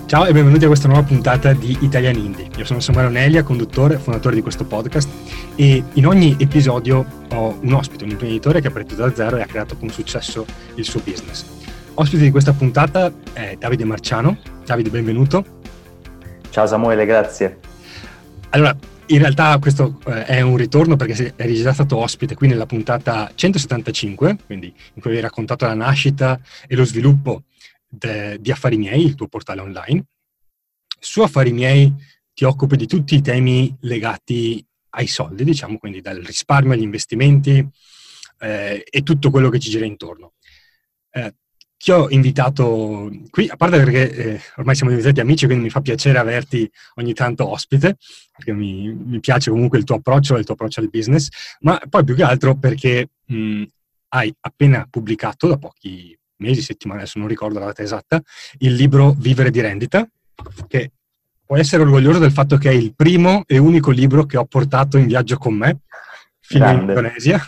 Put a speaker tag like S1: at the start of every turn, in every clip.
S1: Ciao e benvenuti a questa nuova puntata di Italian Indie. Io sono Samuele Onelia, conduttore e fondatore di questo podcast, e in ogni episodio ho un ospite, un imprenditore che ha partito da zero e ha creato con successo il suo business. Ospite di questa puntata è Davide Marciano. Davide, benvenuto.
S2: Ciao Samuele, grazie.
S1: Allora, in realtà questo è un ritorno perché eri già stato ospite qui nella puntata 175, quindi in cui avevi raccontato la nascita e lo sviluppo di Affari Miei, il tuo portale online. Su Affari Miei ti occupi di tutti i temi legati ai soldi, diciamo, quindi dal risparmio agli investimenti e tutto quello che ci gira intorno. Ti ho invitato qui, a parte perché ormai siamo diventati amici, quindi mi fa piacere averti ogni tanto ospite, perché mi piace comunque il tuo approccio al business, ma poi più che altro perché hai appena pubblicato da pochi mesi, settimane, adesso non ricordo la data esatta, il libro Vivere di rendita, che puoi essere orgoglioso del fatto che è il primo e unico libro che ho portato in viaggio con me fino in Indonesia.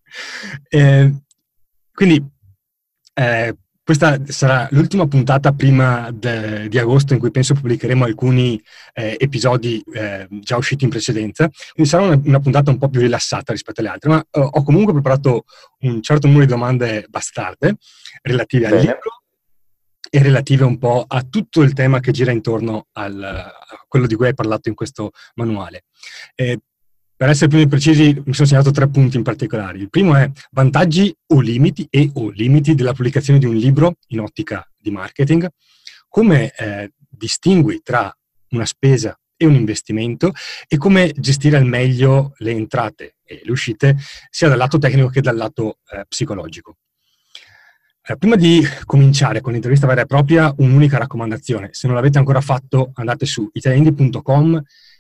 S1: Quindi questa sarà l'ultima puntata prima di agosto, in cui penso pubblicheremo alcuni episodi già usciti in precedenza, quindi sarà una puntata un po' più rilassata rispetto alle altre, ma ho comunque preparato un certo numero di domande bastarde relative al libro e relative un po' a tutto il tema che gira intorno a quello di cui hai parlato in questo manuale. Per essere più precisi, mi sono segnato 3 punti in particolare. Il primo è vantaggi o limiti della pubblicazione di un libro in ottica di marketing, come distingui tra una spesa e un investimento e come gestire al meglio le entrate e le uscite sia dal lato tecnico che dal lato psicologico. Prima di cominciare con l'intervista vera e propria, un'unica raccomandazione: se non l'avete ancora fatto, andate su italianindie.com.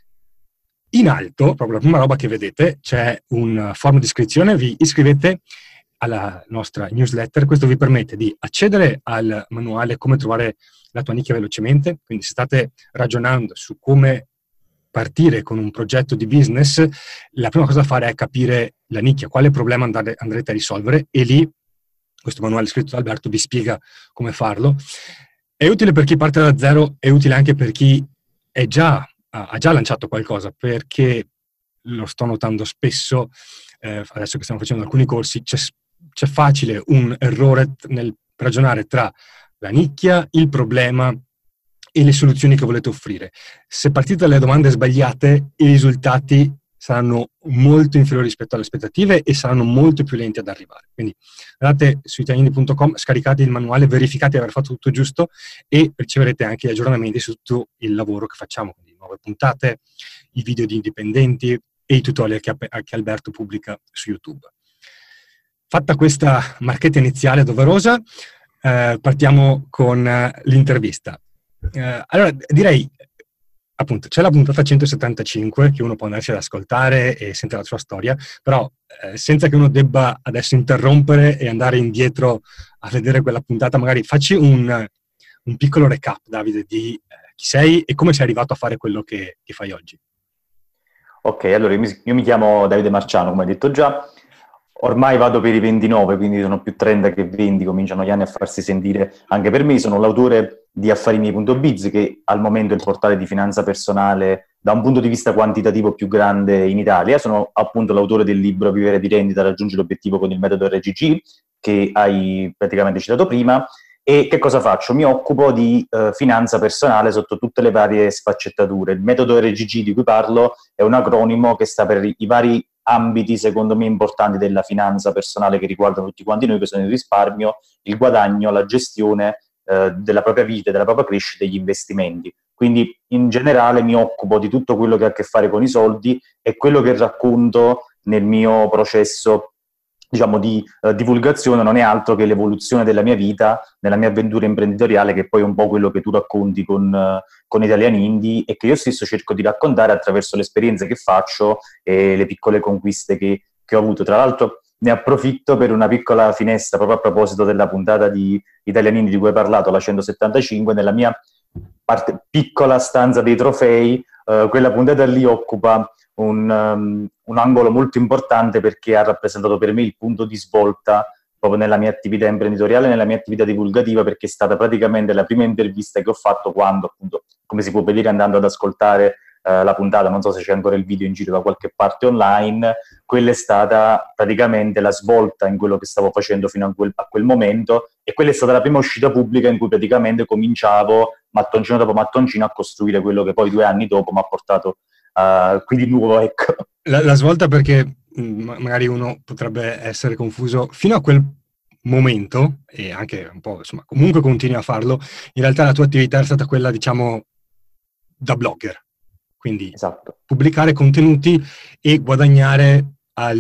S1: In alto, proprio la prima roba che vedete, c'è un form di iscrizione, vi iscrivete alla nostra newsletter. Questo vi permette di accedere al manuale Come trovare la tua nicchia velocemente, quindi se state ragionando su come partire con un progetto di business, la prima cosa da fare è capire la nicchia, quale problema andrete a risolvere, e lì questo manuale scritto da Alberto vi spiega come farlo. È utile per chi parte da zero, è utile anche per chi ha già lanciato qualcosa, perché lo sto notando spesso, adesso che stiamo facendo alcuni corsi, c'è facile un errore nel ragionare tra la nicchia, il problema e le soluzioni che volete offrire. Se partite dalle domande sbagliate, i risultati saranno molto inferiori rispetto alle aspettative e saranno molto più lenti ad arrivare. Quindi andate su italianindie.com, scaricate il manuale, verificate di aver fatto tutto giusto e riceverete anche gli aggiornamenti su tutto il lavoro che facciamo, quindi nuove puntate, i video di indipendenti e i tutorial che Alberto pubblica su YouTube. Fatta questa marchetta iniziale doverosa, partiamo con l'intervista. Allora, direi, appunto, c'è la puntata 175 che uno può andarsi ad ascoltare e sentire la sua storia, però senza che uno debba adesso interrompere e andare indietro a vedere quella puntata, magari facci un piccolo recap, Davide, di chi sei e come sei arrivato a fare quello che fai oggi.
S2: Ok, allora io mi chiamo Davide Marciano, come hai detto già. Ormai vado per i 29, quindi sono più 30 che 20, cominciano gli anni a farsi sentire anche per me. Sono l'autore di affarimiei.biz, che al momento è il portale di finanza personale da un punto di vista quantitativo più grande in Italia. Sono appunto l'autore del libro Vivere di rendita, raggiungi l'obiettivo con il metodo RGG, che hai praticamente citato prima. E che cosa faccio? Mi occupo di finanza personale sotto tutte le varie sfaccettature. Il metodo RGG di cui parlo è un acronimo che sta per i vari ambiti, secondo me, importanti della finanza personale che riguardano tutti quanti noi, che sono il risparmio, il guadagno, la gestione della propria vita, della propria crescita e gli investimenti. Quindi in generale mi occupo di tutto quello che ha a che fare con i soldi, e quello che racconto nel mio processo, diciamo, di divulgazione non è altro che l'evoluzione della mia vita, nella mia avventura imprenditoriale, che è poi un po' quello che tu racconti con Italian Indie e che io stesso cerco di raccontare attraverso le esperienze che faccio e le piccole conquiste che ho avuto. Tra l'altro ne approfitto per una piccola finestra, proprio a proposito della puntata di Italian Indie di cui hai parlato, la 175, nella mia piccola stanza dei trofei, quella puntata lì occupa un angolo molto importante, perché ha rappresentato per me il punto di svolta proprio nella mia attività imprenditoriale, nella mia attività divulgativa, perché è stata praticamente la prima intervista che ho fatto quando, appunto, come si può vedere andando ad ascoltare la puntata, non so se c'è ancora il video in giro da qualche parte online, quella è stata praticamente la svolta in quello che stavo facendo fino a quel momento, e quella è stata la prima uscita pubblica in cui praticamente cominciavo mattoncino dopo mattoncino a costruire quello che poi 2 anni dopo mi ha portato qui di nuovo, ecco.
S1: La svolta, perché magari uno potrebbe essere confuso, fino a quel momento, e anche un po', insomma, comunque continui a farlo, in realtà la tua attività è stata quella, diciamo, da blogger. Quindi
S2: esatto,
S1: pubblicare contenuti e guadagnare al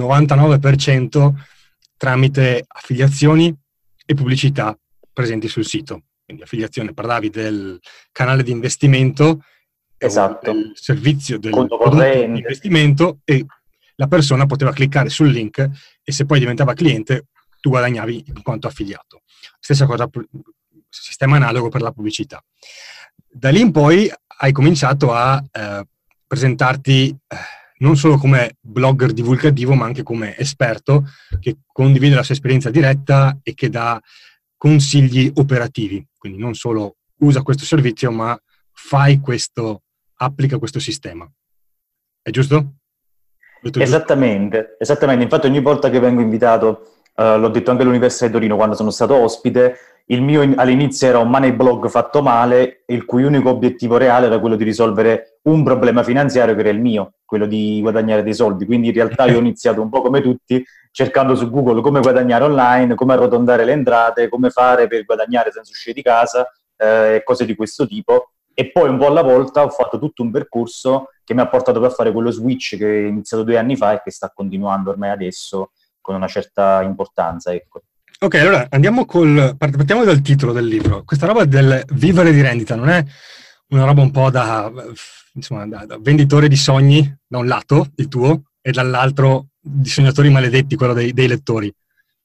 S1: 99% tramite affiliazioni e pubblicità presenti sul sito. Quindi affiliazione, parlavi del canale di investimento,
S2: esatto,
S1: del servizio, del
S2: conto
S1: prodotto di
S2: corrente,
S1: investimento, e la persona poteva cliccare sul link e se poi diventava cliente tu guadagnavi in quanto affiliato. Stessa cosa, sistema analogo per la pubblicità. Da lì in poi hai cominciato a presentarti non solo come blogger divulgativo, ma anche come esperto che condivide la sua esperienza diretta e che dà consigli operativi. Quindi non solo usa questo servizio, ma fai questo, applica questo sistema. È giusto?
S2: Esattamente, esattamente. Infatti ogni volta che vengo invitato, l'ho detto anche all'Università di Torino quando sono stato ospite, il mio all'inizio era un money blog fatto male, il cui unico obiettivo reale era quello di risolvere un problema finanziario che era il mio, quello di guadagnare dei soldi. Quindi in realtà io ho iniziato un po' come tutti, cercando su Google come guadagnare online, come arrotondare le entrate, come fare per guadagnare senza uscire di casa, e cose di questo tipo. E poi un po' alla volta ho fatto tutto un percorso che mi ha portato a fare quello switch che è iniziato 2 anni fa e che sta continuando ormai adesso con una certa importanza, ecco.
S1: Ok, allora andiamo partiamo dal titolo del libro. Questa roba del vivere di rendita non è una roba un po' da venditore di sogni, da un lato, il tuo, e dall'altro di sognatori maledetti, quello dei lettori?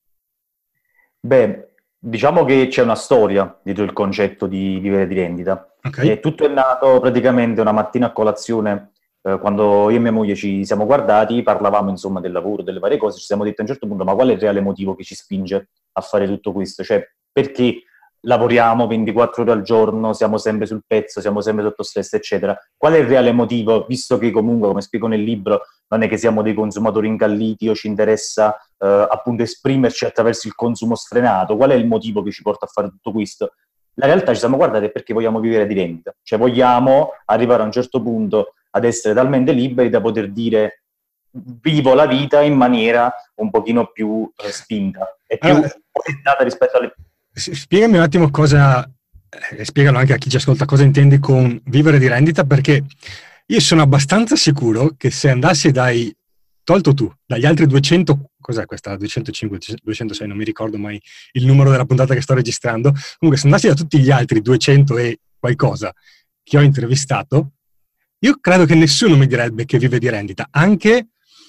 S2: Beh, diciamo che c'è una storia dietro il concetto di vivere di rendita.
S1: Okay.
S2: E tutto è nato praticamente una mattina a colazione, quando io e mia moglie ci siamo guardati, parlavamo insomma del lavoro, delle varie cose, ci siamo detti a un certo punto: ma qual è il reale motivo che ci spinge a fare tutto questo? Cioè, perché lavoriamo 24 ore al giorno, siamo sempre sul pezzo, siamo sempre sotto stress, eccetera. Qual è il reale motivo, visto che comunque, come spiego nel libro, non è che siamo dei consumatori incalliti o ci interessa appunto esprimerci attraverso il consumo sfrenato? Qual è il motivo che ci porta a fare tutto questo? La realtà, ci siamo guardati, perché vogliamo vivere di rendita, cioè vogliamo arrivare a un certo punto ad essere talmente liberi da poter dire: vivo la vita in maniera un pochino più spinta e più orientata rispetto alle...
S1: Spiegami un attimo cosa, spiegalo anche a chi ci ascolta, cosa intendi con vivere di rendita, perché io sono abbastanza sicuro che se andassi tolto tu, dagli altri 200, cos'è questa, 205, 206, non mi ricordo mai il numero della puntata che sto registrando, comunque se andassi da tutti gli altri 200 e qualcosa che ho intervistato, io credo che nessuno mi direbbe che vive di rendita, anche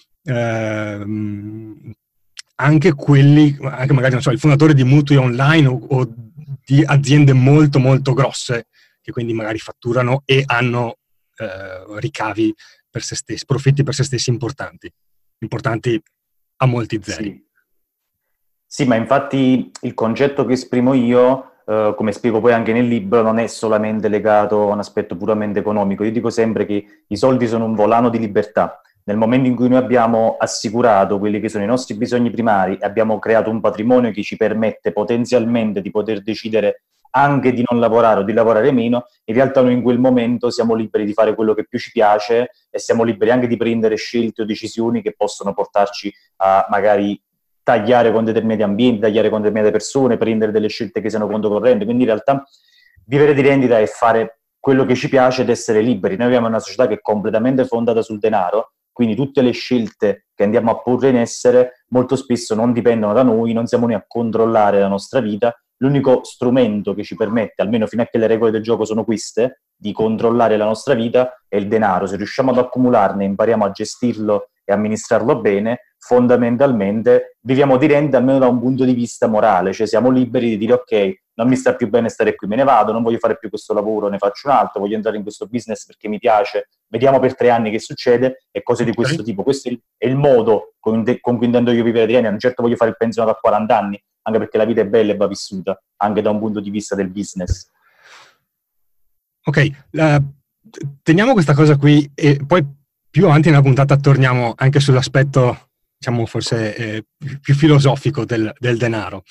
S1: quelli, anche magari, non so, il fondatore di mutui online o di aziende molto molto grosse, che quindi magari fatturano e hanno ricavi per se stessi, profitti per se stessi importanti a molti zeri.
S2: Sì. Sì, ma infatti il concetto che esprimo io, come spiego poi anche nel libro, non è solamente legato a un aspetto puramente economico. Io dico sempre che i soldi sono un volano di libertà. Nel momento in cui noi abbiamo assicurato quelli che sono i nostri bisogni primari e abbiamo creato un patrimonio che ci permette potenzialmente di poter decidere anche di non lavorare o di lavorare meno, in realtà noi in quel momento siamo liberi di fare quello che più ci piace e siamo liberi anche di prendere scelte o decisioni che possono portarci a magari tagliare con determinati ambienti, tagliare con determinate persone, prendere delle scelte che siano conto corrente. Quindi in realtà vivere di rendita è fare quello che ci piace ed essere liberi. Noi abbiamo una società che è completamente fondata sul denaro, quindi tutte le scelte che andiamo a porre in essere molto spesso non dipendono da noi, non siamo noi a controllare la nostra vita. L'unico strumento che ci permette, almeno fino a che le regole del gioco sono queste, di controllare la nostra vita è il denaro. Se riusciamo ad accumularne, impariamo a gestirlo e amministrarlo bene, fondamentalmente viviamo di rente almeno da un punto di vista morale, cioè siamo liberi di dire ok, non mi sta più bene stare qui, me ne vado, non voglio fare più questo lavoro, ne faccio un altro, voglio entrare in questo business perché mi piace, vediamo per 3 anni che succede e cose di questo tipo. Questo è il modo con cui intendo io vivere di rente. Non certo voglio fare il pensionato a 40 anni, anche perché la vita è bella e va vissuta, anche da un punto di vista del business.
S1: Ok, teniamo questa cosa qui e poi più avanti nella puntata torniamo anche sull'aspetto, diciamo, forse più filosofico del denaro.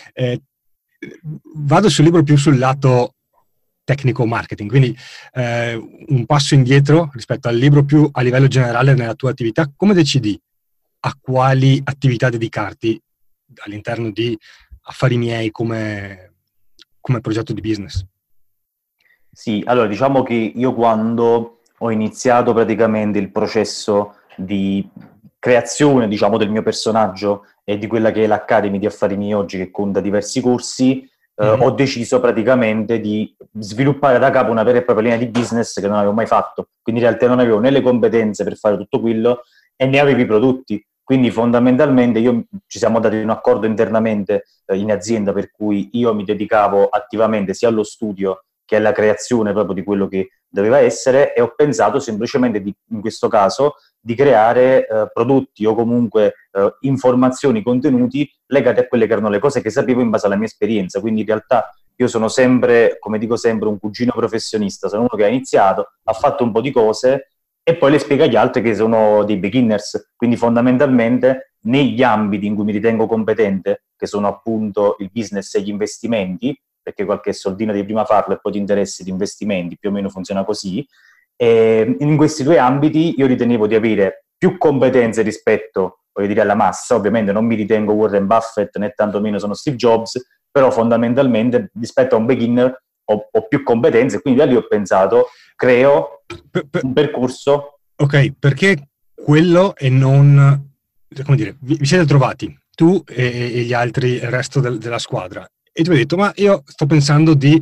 S1: Vado sul libro più sul lato tecnico marketing, quindi un passo indietro rispetto al libro più a livello generale nella tua attività. Come decidi a quali attività dedicarti all'interno di Affari Miei come progetto di business?
S2: Sì, allora diciamo che io quando ho iniziato praticamente il processo di creazione, diciamo, del mio personaggio e di quella che è l'Academy di Affari Miei oggi, che conta diversi corsi, ho deciso praticamente di sviluppare da capo una vera e propria linea di business che non avevo mai fatto. Quindi in realtà non avevo né le competenze per fare tutto quello e ne avevo i prodotti. Quindi fondamentalmente ci siamo dati un accordo internamente in azienda per cui io mi dedicavo attivamente sia allo studio che alla creazione proprio di quello che doveva essere, e ho pensato semplicemente in questo caso di creare prodotti o comunque informazioni, contenuti legati a quelle che erano le cose che sapevo in base alla mia esperienza. Quindi in realtà io sono sempre, come dico sempre, un cugino professionista, sono uno che ha iniziato, ha fatto un po' di cose e poi le spiega agli altri che sono dei beginners. Quindi fondamentalmente negli ambiti in cui mi ritengo competente, che sono appunto il business e gli investimenti, perché qualche soldino devi prima farlo e poi ti interessi di investimenti, più o meno funziona così. E in questi 2 ambiti io ritenevo di avere più competenze rispetto, voglio dire, alla massa. Ovviamente non mi ritengo Warren Buffett né tantomeno sono Steve Jobs, però fondamentalmente rispetto a un beginner ho più competenze, quindi da lì ho pensato, creo un percorso.
S1: Ok, perché quello e non, come dire, vi siete trovati, tu e gli altri, il resto della squadra, e tu hai detto, ma io sto pensando di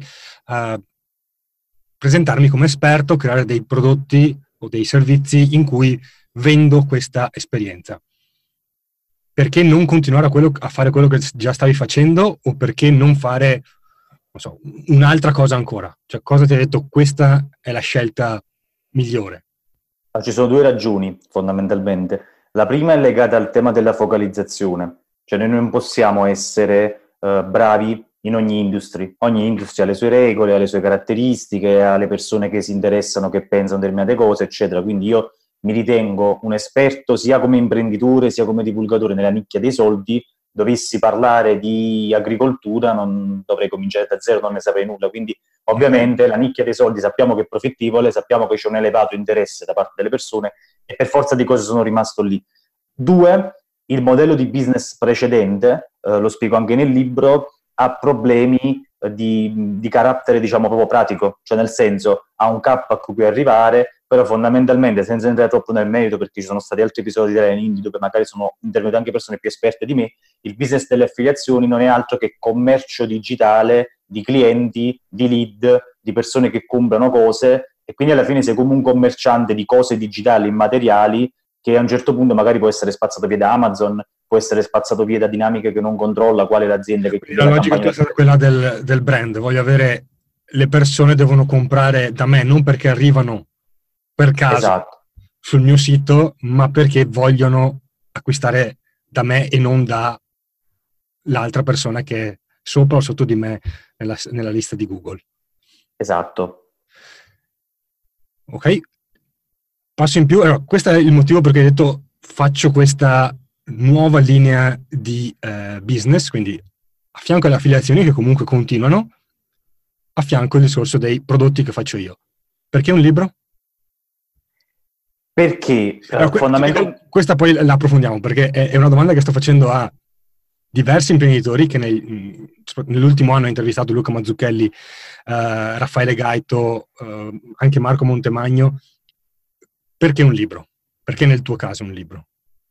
S1: presentarmi come esperto, creare dei prodotti o dei servizi in cui vendo questa esperienza. Perché non continuare a fare quello che già stavi facendo, o perché non fare, non so, un'altra cosa ancora? Cioè, cosa ti ha detto questa è la scelta migliore?
S2: Ci sono 2 ragioni fondamentalmente. La prima è legata al tema della focalizzazione, cioè noi non possiamo essere bravi in ogni industria ha le sue regole, ha le sue caratteristiche, ha le persone che si interessano, che pensano determinate cose, eccetera. Quindi io mi ritengo un esperto sia come imprenditore sia come divulgatore nella nicchia dei soldi. Dovessi parlare di agricoltura non dovrei cominciare da zero, non ne saprei nulla. Quindi ovviamente la nicchia dei soldi sappiamo che è profittevole, sappiamo che c'è un elevato interesse da parte delle persone e per forza di cose sono rimasto lì. 2, il modello di business precedente, lo spiego anche nel libro, ha problemi di carattere, diciamo, proprio pratico, cioè nel senso ha un cap a cui puoi arrivare, però fondamentalmente, senza entrare troppo nel merito, perché ci sono stati altri episodi di Indie dove magari sono intervenute anche persone più esperte di me, il business delle affiliazioni non è altro che commercio digitale di clienti, di lead, di persone che comprano cose, e quindi alla fine sei come un commerciante di cose digitali immateriali che a un certo punto magari può essere spazzato via da Amazon, può essere spazzato via da dinamiche che non controlla, qual è l'azienda che chiude
S1: la
S2: la
S1: logica
S2: campagna.
S1: è quella del brand. Voglio avere, le persone devono comprare da me non perché arrivano per caso
S2: Esatto.
S1: sul mio sito, ma perché vogliono acquistare da me e non da l'altra persona che è sopra o sotto di me nella lista di Google.
S2: Esatto.
S1: Ok? Passo in più. Allora, questo è il motivo perché hai detto faccio questa nuova linea di business, quindi a fianco alle affiliazioni che comunque continuano, a fianco il discorso dei prodotti che faccio io. Perché un libro?
S2: Perché
S1: Allora,
S2: fondamentalmente...
S1: questa poi la approfondiamo, perché è una domanda che sto facendo a diversi imprenditori che nell'ultimo anno ho intervistato Luca Mazzucchelli, Raffaele Gaito, anche Marco Montemagno. Perché un libro? Perché nel tuo caso un libro?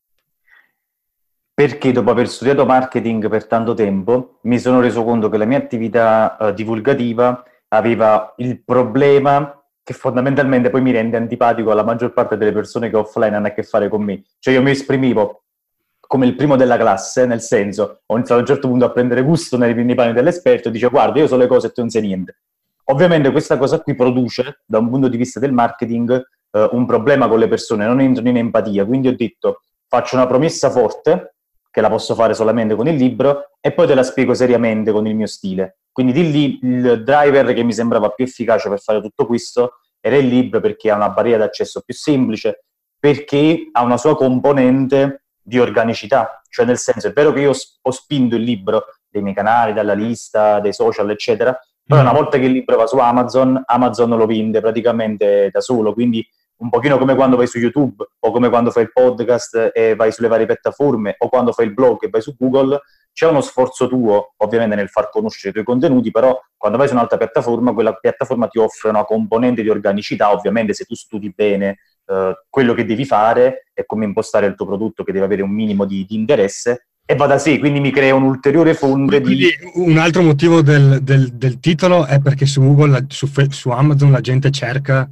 S2: Perché dopo aver studiato marketing per tanto tempo mi sono reso conto che la mia attività divulgativa aveva il problema che fondamentalmente poi mi rende antipatico alla maggior parte delle persone che offline hanno a che fare con me. Cioè io mi esprimivo come il primo della classe, nel senso, ho iniziato a un certo punto a prendere gusto nei panni dell'esperto e dice guarda, io so le cose e tu non sai niente. Ovviamente questa cosa qui produce, da un punto di vista del marketing, un problema con le persone, non entrano in empatia. Quindi ho detto, faccio una promessa forte, che la posso fare solamente con il libro, e poi te la spiego seriamente con il mio stile. Quindi di lì il driver che mi sembrava più efficace per fare tutto questo era il libro, perché ha una barriera d'accesso più semplice, perché ha una sua componente di organicità. Cioè nel senso, è vero che io ho spinto il libro dei miei canali, dalla lista, dei social, eccetera, però una volta che il libro va su Amazon, Amazon lo vende praticamente da solo, quindi un pochino come quando vai su YouTube, o come quando fai il podcast e vai sulle varie piattaforme, o quando fai il blog e vai su Google, c'è uno sforzo tuo, ovviamente, nel far conoscere i tuoi contenuti, però quando vai su un'altra piattaforma, quella piattaforma ti offre una componente di organicità, ovviamente se tu studi bene quello che devi fare e come impostare il tuo prodotto, che deve avere un minimo di interesse, e va da sé, quindi mi crea un ulteriore fonte di...
S1: Un altro motivo del titolo è perché su Google, su Amazon la gente cerca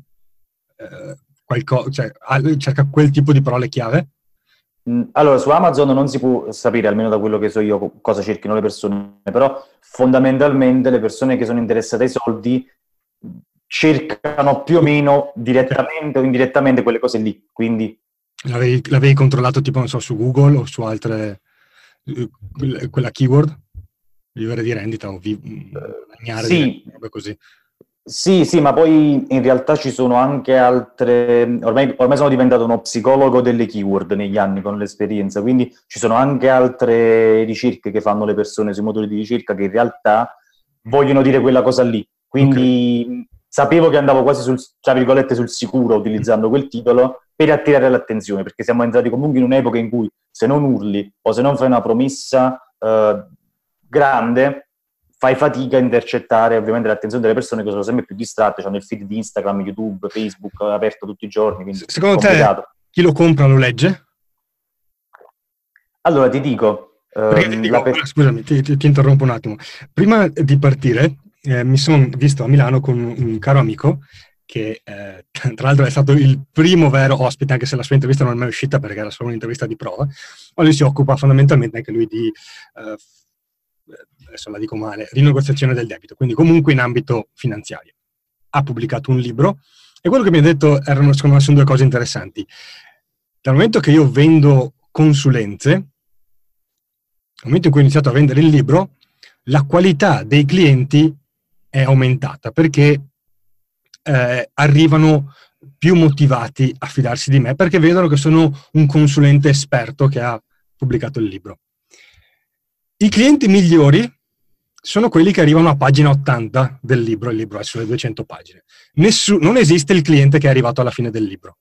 S1: cioè, cerca quel tipo di parole chiave?
S2: Allora, su Amazon non si può sapere, almeno da quello che so io, cosa cerchino le persone, però fondamentalmente le persone che sono interessate ai soldi cercano più o meno direttamente o indirettamente quelle cose lì, quindi...
S1: L'avevi controllato tipo, non so, su Google o su altre... quella keyword? Vivere di rendita o guadagnare
S2: sì.
S1: robe così.
S2: Sì, ma poi in realtà ci sono anche altre... Ormai sono diventato uno psicologo delle keyword negli anni con l'esperienza, quindi ci sono anche altre ricerche che fanno le persone sui motori di ricerca che in realtà vogliono dire quella cosa lì. Quindi sapevo che andavo quasi tra virgolette, sul sicuro utilizzando quel titolo per attirare l'attenzione, perché siamo entrati comunque in un'epoca in cui se non urli o se non fai una promessa grande, fai fatica a intercettare ovviamente l'attenzione delle persone, che sono sempre più distratte, hanno il feed di Instagram, YouTube, Facebook aperto tutti i giorni, quindi
S1: secondo te chi lo compra lo legge?
S2: Allora ti dico,
S1: scusami, ti interrompo un attimo. Prima di partire mi sono visto a Milano con un caro amico che tra l'altro è stato il primo vero ospite, anche se la sua intervista non è mai uscita perché era solo un'intervista di prova, ma lui si occupa fondamentalmente anche lui di adesso la dico male, rinegoziazione del debito, quindi comunque in ambito finanziario. Ha pubblicato un libro e quello che mi ha detto secondo me sono due cose interessanti. Dal momento che io vendo consulenze, nel momento in cui ho iniziato a vendere il libro, la qualità dei clienti è aumentata perché arrivano più motivati a fidarsi di me perché vedono che sono un consulente esperto che ha pubblicato il libro. I clienti migliori sono quelli che arrivano a pagina 80 del libro, il libro è sulle 200 pagine. Non esiste il cliente che è arrivato alla fine del libro.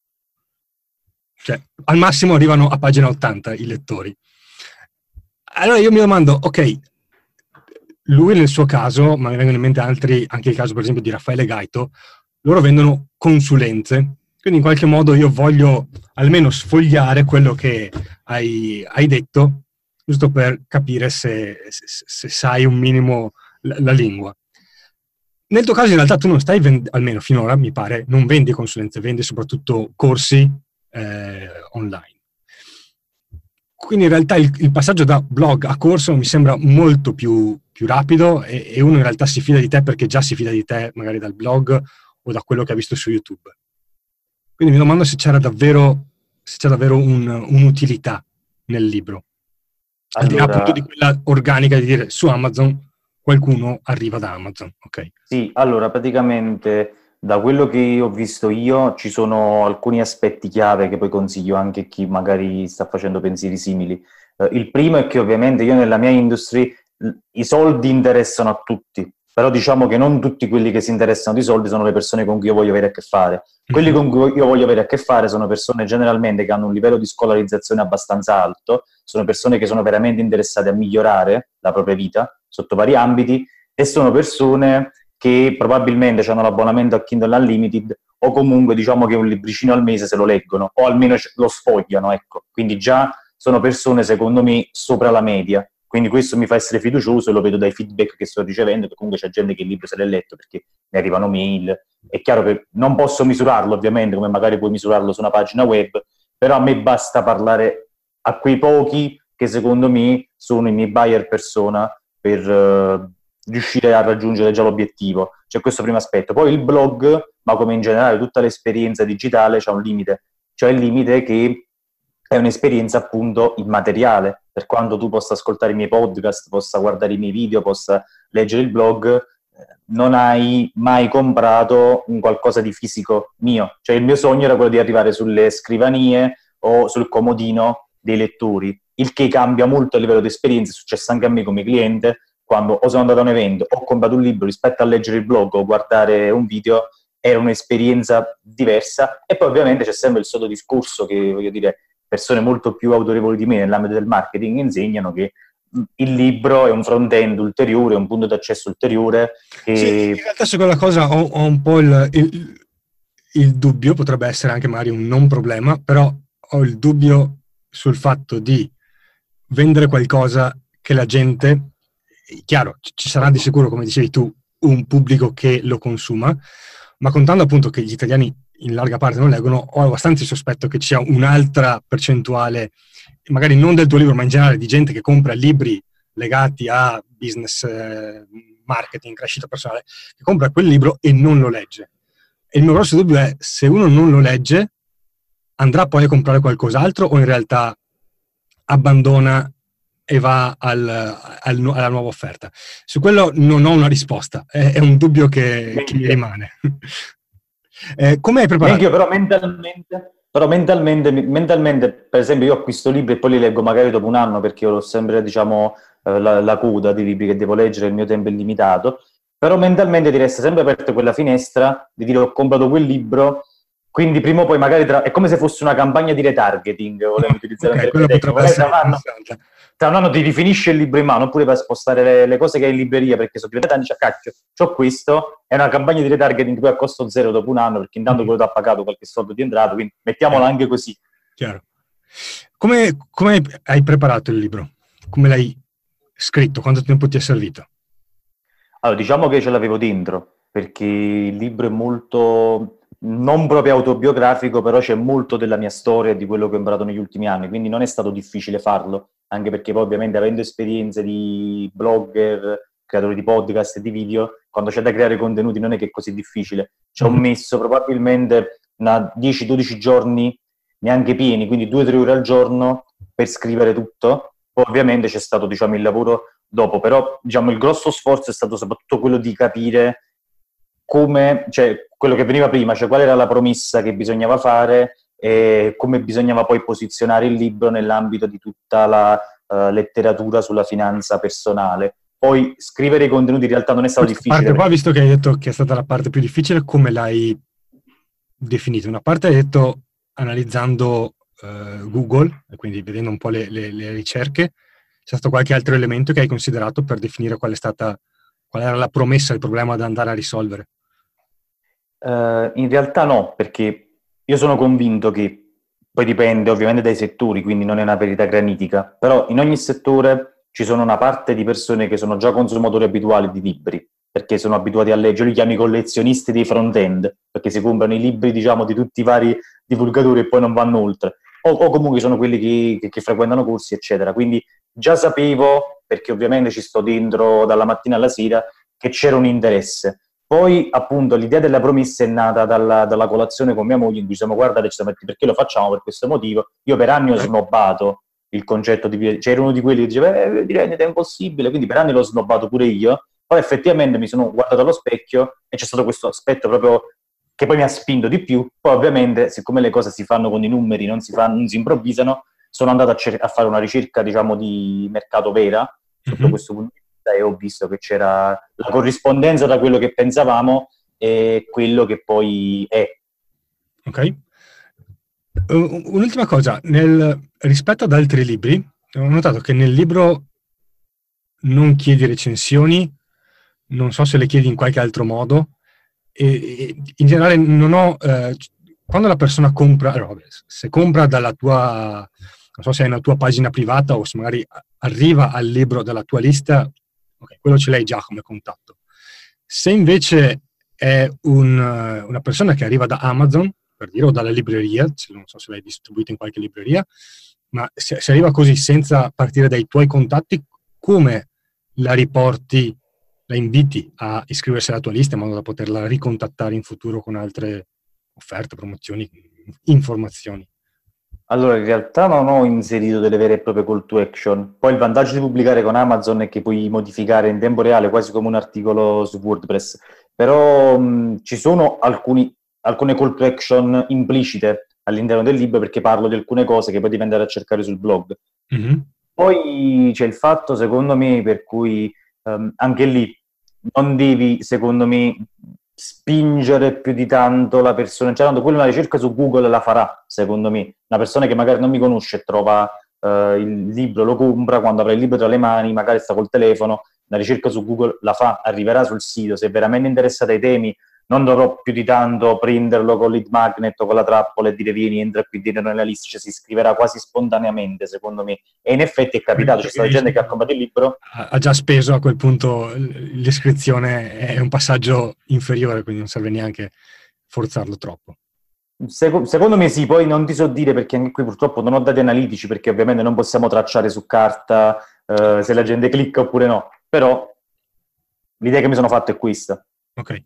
S1: Cioè, al massimo arrivano a pagina 80 i lettori. Allora io mi domando, ok, lui nel suo caso, ma mi vengono in mente altri, anche il caso per esempio di Raffaele Gaito, loro vendono consulenze, quindi in qualche modo io voglio almeno sfogliare quello che hai detto, giusto per capire se sai un minimo la lingua. Nel tuo caso in realtà tu non stai almeno finora mi pare, non vendi consulenze, vendi soprattutto corsi online. Quindi in realtà il passaggio da blog a corso mi sembra molto più rapido e uno in realtà si fida di te perché già si fida di te magari dal blog o da quello che ha visto su YouTube. Quindi mi domando se c'è davvero un'utilità nel libro. Al di là appunto di quella organica di dire su Amazon qualcuno arriva da Amazon, ok?
S2: Sì, allora praticamente da quello che ho visto io ci sono alcuni aspetti chiave che poi consiglio anche a chi magari sta facendo pensieri simili. Il primo è che ovviamente io nella mia industry i soldi interessano a tutti, però diciamo che non tutti quelli che si interessano di soldi sono le persone con cui io voglio avere a che fare. Quelli con cui io voglio avere a che fare sono persone generalmente che hanno un livello di scolarizzazione abbastanza alto, sono persone che sono veramente interessate a migliorare la propria vita sotto vari ambiti e sono persone che probabilmente hanno l'abbonamento a Kindle Unlimited o comunque diciamo che un libricino al mese se lo leggono o almeno lo sfogliano, ecco. Quindi già sono persone secondo me sopra la media. quindi questo mi fa essere fiducioso e lo vedo dai feedback che sto ricevendo, che comunque c'è gente che il libro se l'è letto perché ne arrivano mail. È chiaro che non posso misurarlo ovviamente, come magari puoi misurarlo su una pagina web, però a me basta parlare a quei pochi che secondo me sono i miei buyer persona per riuscire a raggiungere già l'obiettivo. C'è questo primo aspetto. Poi il blog, ma come in generale tutta l'esperienza digitale, c'ha un limite. Cioè il limite che è un'esperienza appunto immateriale. Per quanto tu possa ascoltare i miei podcast, possa guardare i miei video, possa leggere il blog, non hai mai comprato un qualcosa di fisico mio. Cioè il mio sogno era quello di arrivare sulle scrivanie o sul comodino dei lettori, il che cambia molto a livello di esperienza. È successo anche a me come cliente, quando o sono andato a un evento o ho comprato un libro, rispetto a leggere il blog o guardare un video, era un'esperienza diversa. E poi ovviamente c'è sempre il solito discorso che, voglio dire, persone molto più autorevoli di me nell'ambito del marketing insegnano che il libro è un front-end ulteriore, un punto d'accesso ulteriore.
S1: Sì, in realtà su quella cosa ho un po' il dubbio, potrebbe essere anche magari un non problema, però ho il dubbio sul fatto di vendere qualcosa che la gente, chiaro, ci sarà di sicuro, come dicevi tu, un pubblico che lo consuma, ma contando appunto che gli italiani in larga parte non leggono, ho abbastanza il sospetto che ci sia un'altra percentuale, magari non del tuo libro, ma in generale di gente che compra libri legati a business, marketing, crescita personale, che compra quel libro e non lo legge. E il mio grosso dubbio è, se uno non lo legge, andrà poi a comprare qualcos'altro o in realtà abbandona e va alla nuova offerta? Su quello non ho una risposta, è un dubbio che mi rimane. Come hai preparato?
S2: Io però mentalmente, per esempio, io acquisto libri e poi li leggo magari dopo un anno, perché io ho sempre, diciamo, la coda di libri che devo leggere, il mio tempo è limitato, però mentalmente ti resta sempre aperta quella finestra di dire ho comprato quel libro, quindi prima o poi magari è come se fosse una campagna di retargeting, volevo utilizzare
S1: quello potrebbe essere
S2: tra un anno ti rifinisce il libro in mano, oppure per spostare le cose che hai in libreria perché sono diventati anni, cacchio, c'ho questo, è una campagna di retargeting poi a costo zero dopo un anno, perché intanto quello ti ha pagato qualche soldo di entrato, quindi mettiamola anche così.
S1: Chiaro. Come hai preparato il libro? Come l'hai scritto? Quanto tempo ti è servito?
S2: Allora, diciamo che ce l'avevo dentro, perché il libro è molto, non proprio autobiografico, però c'è molto della mia storia e di quello che ho imparato negli ultimi anni, quindi non è stato difficile farlo, anche perché poi ovviamente avendo esperienze di blogger, creatori di podcast e di video, quando c'è da creare contenuti non è che è così difficile. Ci ho messo probabilmente 10-12 giorni, neanche pieni, quindi 2-3 ore al giorno per scrivere tutto. Poi ovviamente c'è stato, diciamo, il lavoro dopo, però diciamo il grosso sforzo è stato soprattutto quello di capire come, cioè quello che veniva prima, cioè qual era la promessa che bisognava fare e come bisognava poi posizionare il libro nell'ambito di tutta la letteratura sulla finanza personale. Poi scrivere i contenuti in realtà non è stato difficile.
S1: Parte qua, visto che hai detto che è stata la parte più difficile, come l'hai definita? Una parte hai detto analizzando Google, e quindi vedendo un po' le ricerche. C'è stato qualche altro elemento che hai considerato per definire qual era la promessa, il problema da andare a risolvere?
S2: In realtà no, perché io sono convinto che, poi dipende ovviamente dai settori, quindi non è una verità granitica, però in ogni settore ci sono una parte di persone che sono già consumatori abituali di libri, perché sono abituati a leggere, io li chiamo i collezionisti dei front-end, perché si comprano i libri, diciamo, di tutti i vari divulgatori e poi non vanno oltre, o comunque sono quelli che frequentano corsi, eccetera. Quindi già sapevo, perché ovviamente ci sto dentro dalla mattina alla sera, che c'era un interesse. Poi, appunto, l'idea della promessa è nata dalla colazione con mia moglie, in cui siamo guardati e ci siamo detti perché lo facciamo, per questo motivo. Io per anni ho snobbato il concetto di... C'era uno di quelli che diceva, direi che è impossibile, quindi per anni l'ho snobbato pure io. Poi effettivamente mi sono guardato allo specchio e c'è stato questo aspetto proprio che poi mi ha spinto di più. Poi ovviamente, siccome le cose si fanno con i numeri, non si improvvisano, sono andato a fare una ricerca, diciamo, di mercato vera, sotto questo punto di vista, e ho visto che c'era la corrispondenza tra quello che pensavamo e quello che poi è.
S1: Ok. Un'ultima cosa, rispetto ad altri libri, ho notato che nel libro non chiedi recensioni, non so se le chiedi in qualche altro modo, e in generale non ho... quando la persona compra, se compra dalla tua... non so se hai una tua pagina privata o se magari arriva al libro dalla tua lista, ok, quello ce l'hai già come contatto. Se invece è una persona che arriva da Amazon, per dire, o dalla libreria, non so se l'hai distribuito in qualche libreria, ma se arriva così senza partire dai tuoi contatti, come la riporti, la inviti a iscriversi alla tua lista in modo da poterla ricontattare in futuro con altre offerte, promozioni, informazioni?
S2: Allora, in realtà non ho inserito delle vere e proprie call to action. Poi il vantaggio di pubblicare con Amazon è che puoi modificare in tempo reale, quasi come un articolo su WordPress. Però ci sono alcune call to action implicite all'interno del libro, perché parlo di alcune cose che poi devi andare a cercare sul blog.
S1: Mm-hmm.
S2: Poi c'è il fatto, secondo me, per cui anche lì non devi, secondo me, spingere più di tanto la persona. Cioè, tanto quella una ricerca su Google la farà, secondo me. Una persona che magari non mi conosce e trova il libro, lo compra, quando avrà il libro tra le mani, magari sta col telefono, la ricerca su Google la fa, arriverà sul sito. Se è veramente interessata ai temi, non dovrò più di tanto prenderlo con lead magnet o con la trappola e dire vieni, entra qui dentro nella lista, cioè si iscriverà quasi spontaneamente, secondo me. E in effetti è capitato, c'è stata gente che ha comprato il libro.
S1: Ha già speso a quel punto, l'iscrizione è un passaggio inferiore, quindi non serve neanche forzarlo troppo.
S2: Secondo me sì, poi non ti so dire perché anche qui purtroppo non ho dati analitici, perché ovviamente non possiamo tracciare su carta se la gente clicca oppure no, però l'idea che mi sono fatto è questa.
S1: Ok.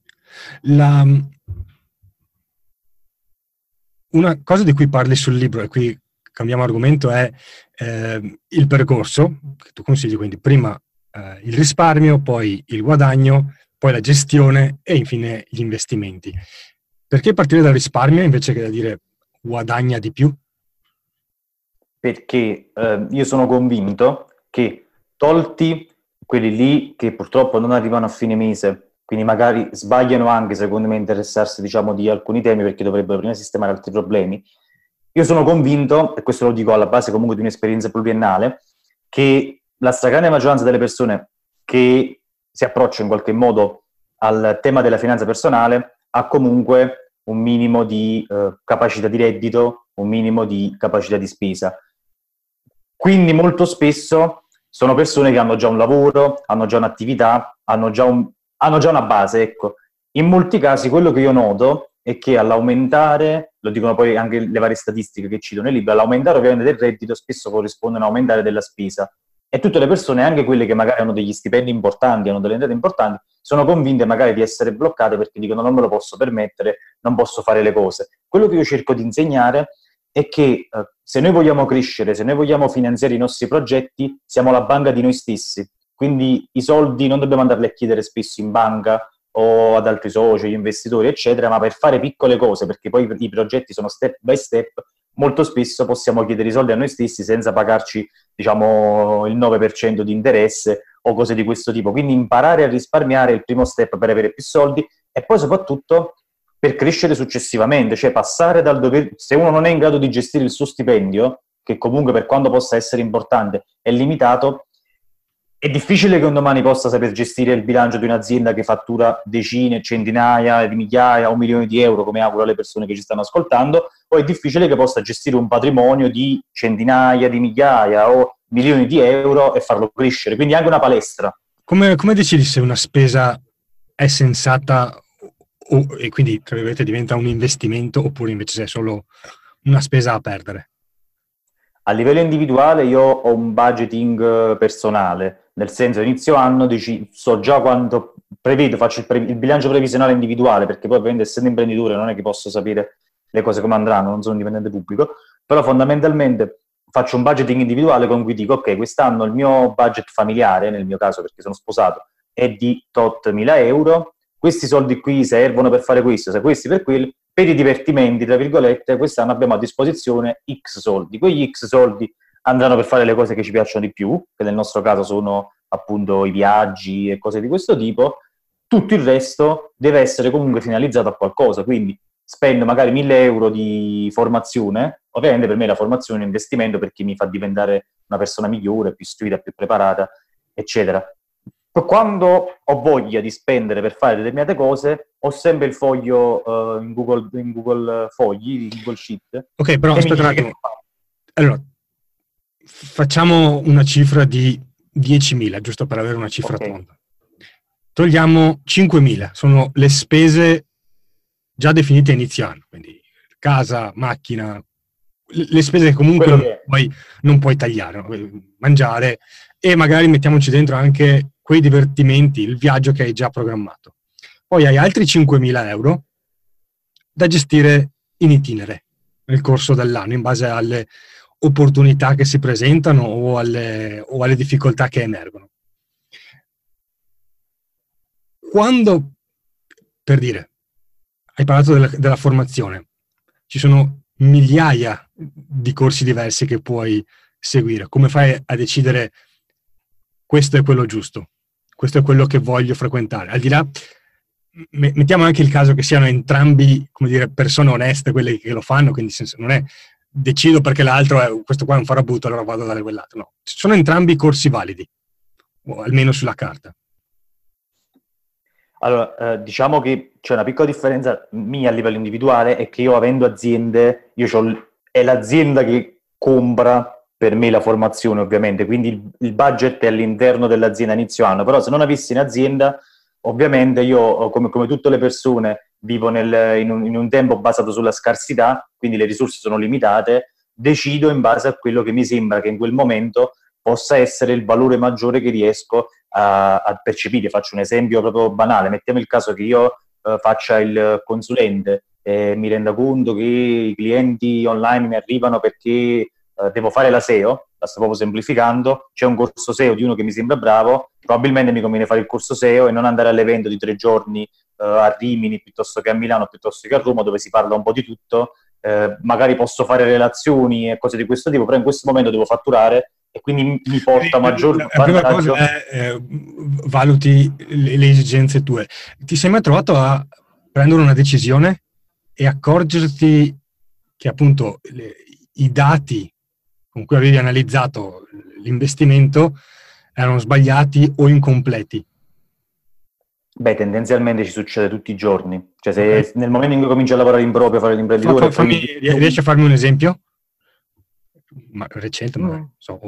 S1: Una cosa di cui parli sul libro, e qui cambiamo argomento, è il percorso che tu consigli, quindi prima il risparmio, poi il guadagno, poi la gestione e infine gli investimenti. Perché partire dal risparmio invece che da dire guadagna di più?
S2: Perché io sono convinto che, tolti quelli lì che purtroppo non arrivano a fine mese, quindi magari sbagliano anche, secondo me, a interessarsi, diciamo, di alcuni temi perché dovrebbero prima sistemare altri problemi, io sono convinto, e questo lo dico alla base comunque di un'esperienza pluriennale, che la stragrande maggioranza delle persone che si approccia in qualche modo al tema della finanza personale ha comunque un minimo di capacità di reddito, un minimo di capacità di spesa. Quindi molto spesso sono persone che hanno già un lavoro, hanno già un'attività, hanno già una base, ecco. In molti casi quello che io noto è che all'aumentare, lo dicono poi anche le varie statistiche che cito nel libro, all'aumentare ovviamente del reddito spesso corrisponde a un aumentare della spesa. E tutte le persone, anche quelle che magari hanno degli stipendi importanti, hanno delle entrate importanti, sono convinte magari di essere bloccate perché dicono non me lo posso permettere, non posso fare le cose. Quello che io cerco di insegnare è che se noi vogliamo crescere, se noi vogliamo finanziare i nostri progetti, siamo la banca di noi stessi. Quindi i soldi non dobbiamo andarli a chiedere spesso in banca o ad altri soci, gli investitori, eccetera, ma per fare piccole cose, perché poi i progetti sono step by step, molto spesso possiamo chiedere i soldi a noi stessi senza pagarci, diciamo, il 9% di interesse o cose di questo tipo. Quindi imparare a risparmiare è il primo step per avere più soldi e poi soprattutto per crescere successivamente, cioè passare dal dover, se uno non è in grado di gestire il suo stipendio, che comunque per quanto possa essere importante è limitato, è difficile che un domani possa saper gestire il bilancio di un'azienda che fattura decine, centinaia di migliaia o milioni di euro, come auguro alle persone che ci stanno ascoltando, o è difficile che possa gestire un patrimonio di centinaia di migliaia o milioni di euro e farlo crescere, quindi anche una palestra.
S1: Come decidi se una spesa è sensata e quindi, tra virgolette, diventa un investimento oppure invece se è solo una spesa a perdere?
S2: A livello individuale io ho un budgeting personale, nel senso inizio anno so già quanto prevedo, faccio il bilancio previsionale individuale, perché poi ovviamente essendo imprenditore non è che posso sapere le cose come andranno, non sono un dipendente pubblico, però fondamentalmente faccio un budgeting individuale con cui dico ok, quest'anno il mio budget familiare, nel mio caso perché sono sposato, è di tot mila euro, questi soldi qui servono per fare questo, se questi per quelli, per i divertimenti, tra virgolette, quest'anno abbiamo a disposizione X soldi. Quegli X soldi andranno per fare le cose che ci piacciono di più, che nel nostro caso sono appunto i viaggi e cose di questo tipo. Tutto il resto deve essere comunque finalizzato a qualcosa, quindi spendo magari 1.000 euro di formazione, ovviamente per me la formazione è un investimento perché mi fa diventare una persona migliore, più istruita, più preparata, eccetera. Quando ho voglia di spendere per fare determinate cose, ho sempre il foglio in Google Fogli, in Google Sheet.
S1: Ok, però aspetta un attimo. Allora, facciamo una cifra di 10.000, giusto per avere una cifra tonda. Togliamo 5.000, sono le spese già definite a inizio anno, quindi casa, macchina, le spese che comunque non puoi tagliare, no? Mangiare, e magari mettiamoci dentro anche quei divertimenti, il viaggio che hai già programmato. Poi hai altri 5.000 euro da gestire in itinere nel corso dell'anno, in base alle opportunità che si presentano o alle difficoltà che emergono. Quando, per dire, hai parlato della formazione, ci sono migliaia di corsi diversi che puoi seguire. Come fai a decidere questo è quello giusto, questo è quello che voglio frequentare? Al di là, mettiamo anche il caso che siano entrambi, come dire, persone oneste quelle che lo fanno, quindi non è decido perché l'altro è questo qua è un farabutto, allora vado a dare quell'altro. No, sono entrambi corsi validi, o almeno sulla carta.
S2: Allora, diciamo che c'è una piccola differenza mia a livello individuale, è che io avendo aziende, è l'azienda che compra per me la formazione, ovviamente, quindi il budget è all'interno dell'azienda a inizio anno, però se non avessi un'azienda, ovviamente io, come tutte le persone, vivo in un tempo basato sulla scarsità, quindi le risorse sono limitate, decido in base a quello che mi sembra che in quel momento possa essere il valore maggiore che riesco a percepire. Faccio un esempio proprio banale, mettiamo il caso che io faccia il consulente e mi renda conto che i clienti online mi arrivano perché devo fare la SEO, la sto proprio semplificando, c'è un corso SEO di uno che mi sembra bravo, probabilmente mi conviene fare il corso SEO e non andare all'evento di 3 giorni a Rimini piuttosto che a Milano, piuttosto che a Roma, dove si parla un po' di tutto. Magari posso fare relazioni e cose di questo tipo, però in questo momento devo fatturare e quindi mi porta maggior vantaggio.
S1: La prima cosa è valuti le esigenze tue. Ti sei mai trovato a prendere una decisione e accorgerti che appunto i dati con cui avevi analizzato l'investimento erano sbagliati o incompleti?
S2: Beh, tendenzialmente ci succede tutti i giorni. Cioè, se nel momento in cui cominci a lavorare in proprio, a fare l'imprenditore...
S1: Riesci a farmi un esempio? Recente, magari.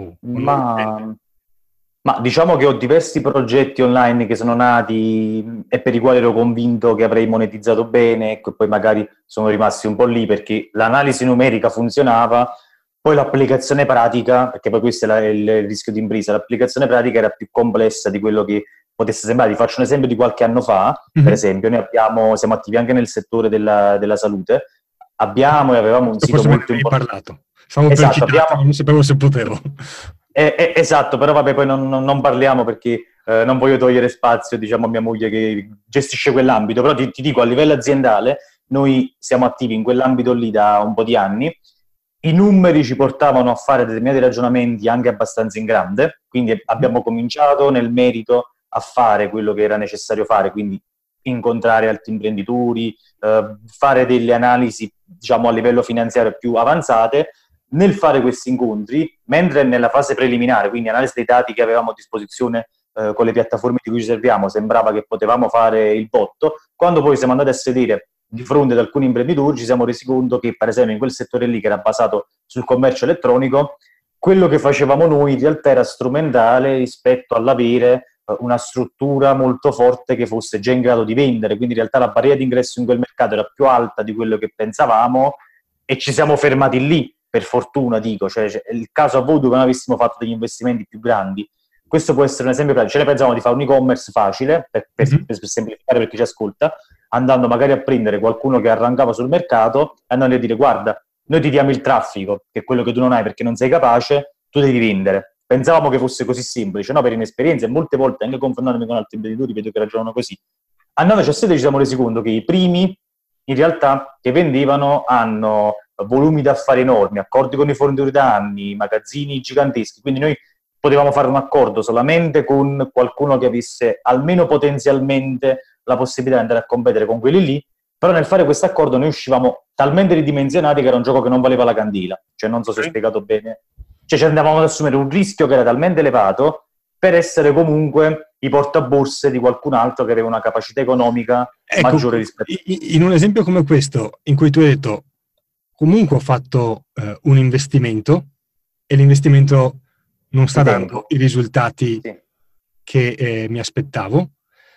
S2: Ma diciamo che ho diversi progetti online che sono nati e per i quali ero convinto che avrei monetizzato bene, e poi magari sono rimasti un po' lì perché l'analisi numerica funzionava, poi l'applicazione pratica, perché poi questo è il rischio di impresa, l'applicazione pratica era più complessa di quello che potesse sembrare. Vi faccio un esempio di qualche anno fa, per esempio, noi siamo attivi anche nel settore della salute, abbiamo e avevamo un sito molto importante.
S1: Stavo per citarlo, non sapevo se potevo.
S2: Esatto, però vabbè, poi non parliamo perché non voglio togliere spazio, diciamo, a mia moglie che gestisce quell'ambito, però ti dico, a livello aziendale, noi siamo attivi in quell'ambito lì da un po' di anni, i numeri ci portavano a fare determinati ragionamenti anche abbastanza in grande, quindi abbiamo cominciato nel merito a fare quello che era necessario fare, quindi incontrare altri imprenditori, fare delle analisi, diciamo, a livello finanziario più avanzate. Nel fare questi incontri, mentre nella fase preliminare, quindi analisi dei dati che avevamo a disposizione con le piattaforme di cui ci serviamo, sembrava che potevamo fare il botto, quando poi siamo andati a sedere di fronte ad alcuni imprenditori ci siamo resi conto che, per esempio, in quel settore lì che era basato sul commercio elettronico, quello che facevamo noi in realtà era strumentale rispetto all'avere una struttura molto forte che fosse già in grado di vendere, quindi in realtà la barriera d'ingresso in quel mercato era più alta di quello che pensavamo e ci siamo fermati lì, per fortuna dico, cioè il caso ha voluto che non avessimo fatto degli investimenti più grandi. Questo può essere un esempio pratico. Ce ne pensavamo di fare un e-commerce facile, per semplificare per chi ci ascolta, andando magari a prendere qualcuno che arrancava sul mercato e andando a dire: guarda, noi ti diamo il traffico, che è quello che tu non hai perché non sei capace, tu devi vendere. Pensavamo che fosse così semplice, no? Per inesperienza, e molte volte, anche confrontandomi con altri imprenditori, vedo che ragionano così. Andandoci a sedere ci siamo resi conto che i primi, in realtà, che vendevano hanno volumi d'affari enormi, accordi con i fornitori da anni, magazzini giganteschi, quindi noi potevamo fare un accordo solamente con qualcuno che avesse almeno potenzialmente la possibilità di andare a competere con quelli lì, però nel fare questo accordo noi uscivamo talmente ridimensionati che era un gioco che non valeva la candela, cioè non so se ho spiegato bene, cioè ci andavamo ad assumere un rischio che era talmente elevato per essere comunque i portaborse di qualcun altro che aveva una capacità economica maggiore rispetto a...
S1: In un esempio come questo, in cui tu hai detto comunque ho fatto un investimento, e l'investimento non sta
S2: Di
S1: dando
S2: tempo.
S1: i risultati
S2: Sì.
S1: che mi aspettavo.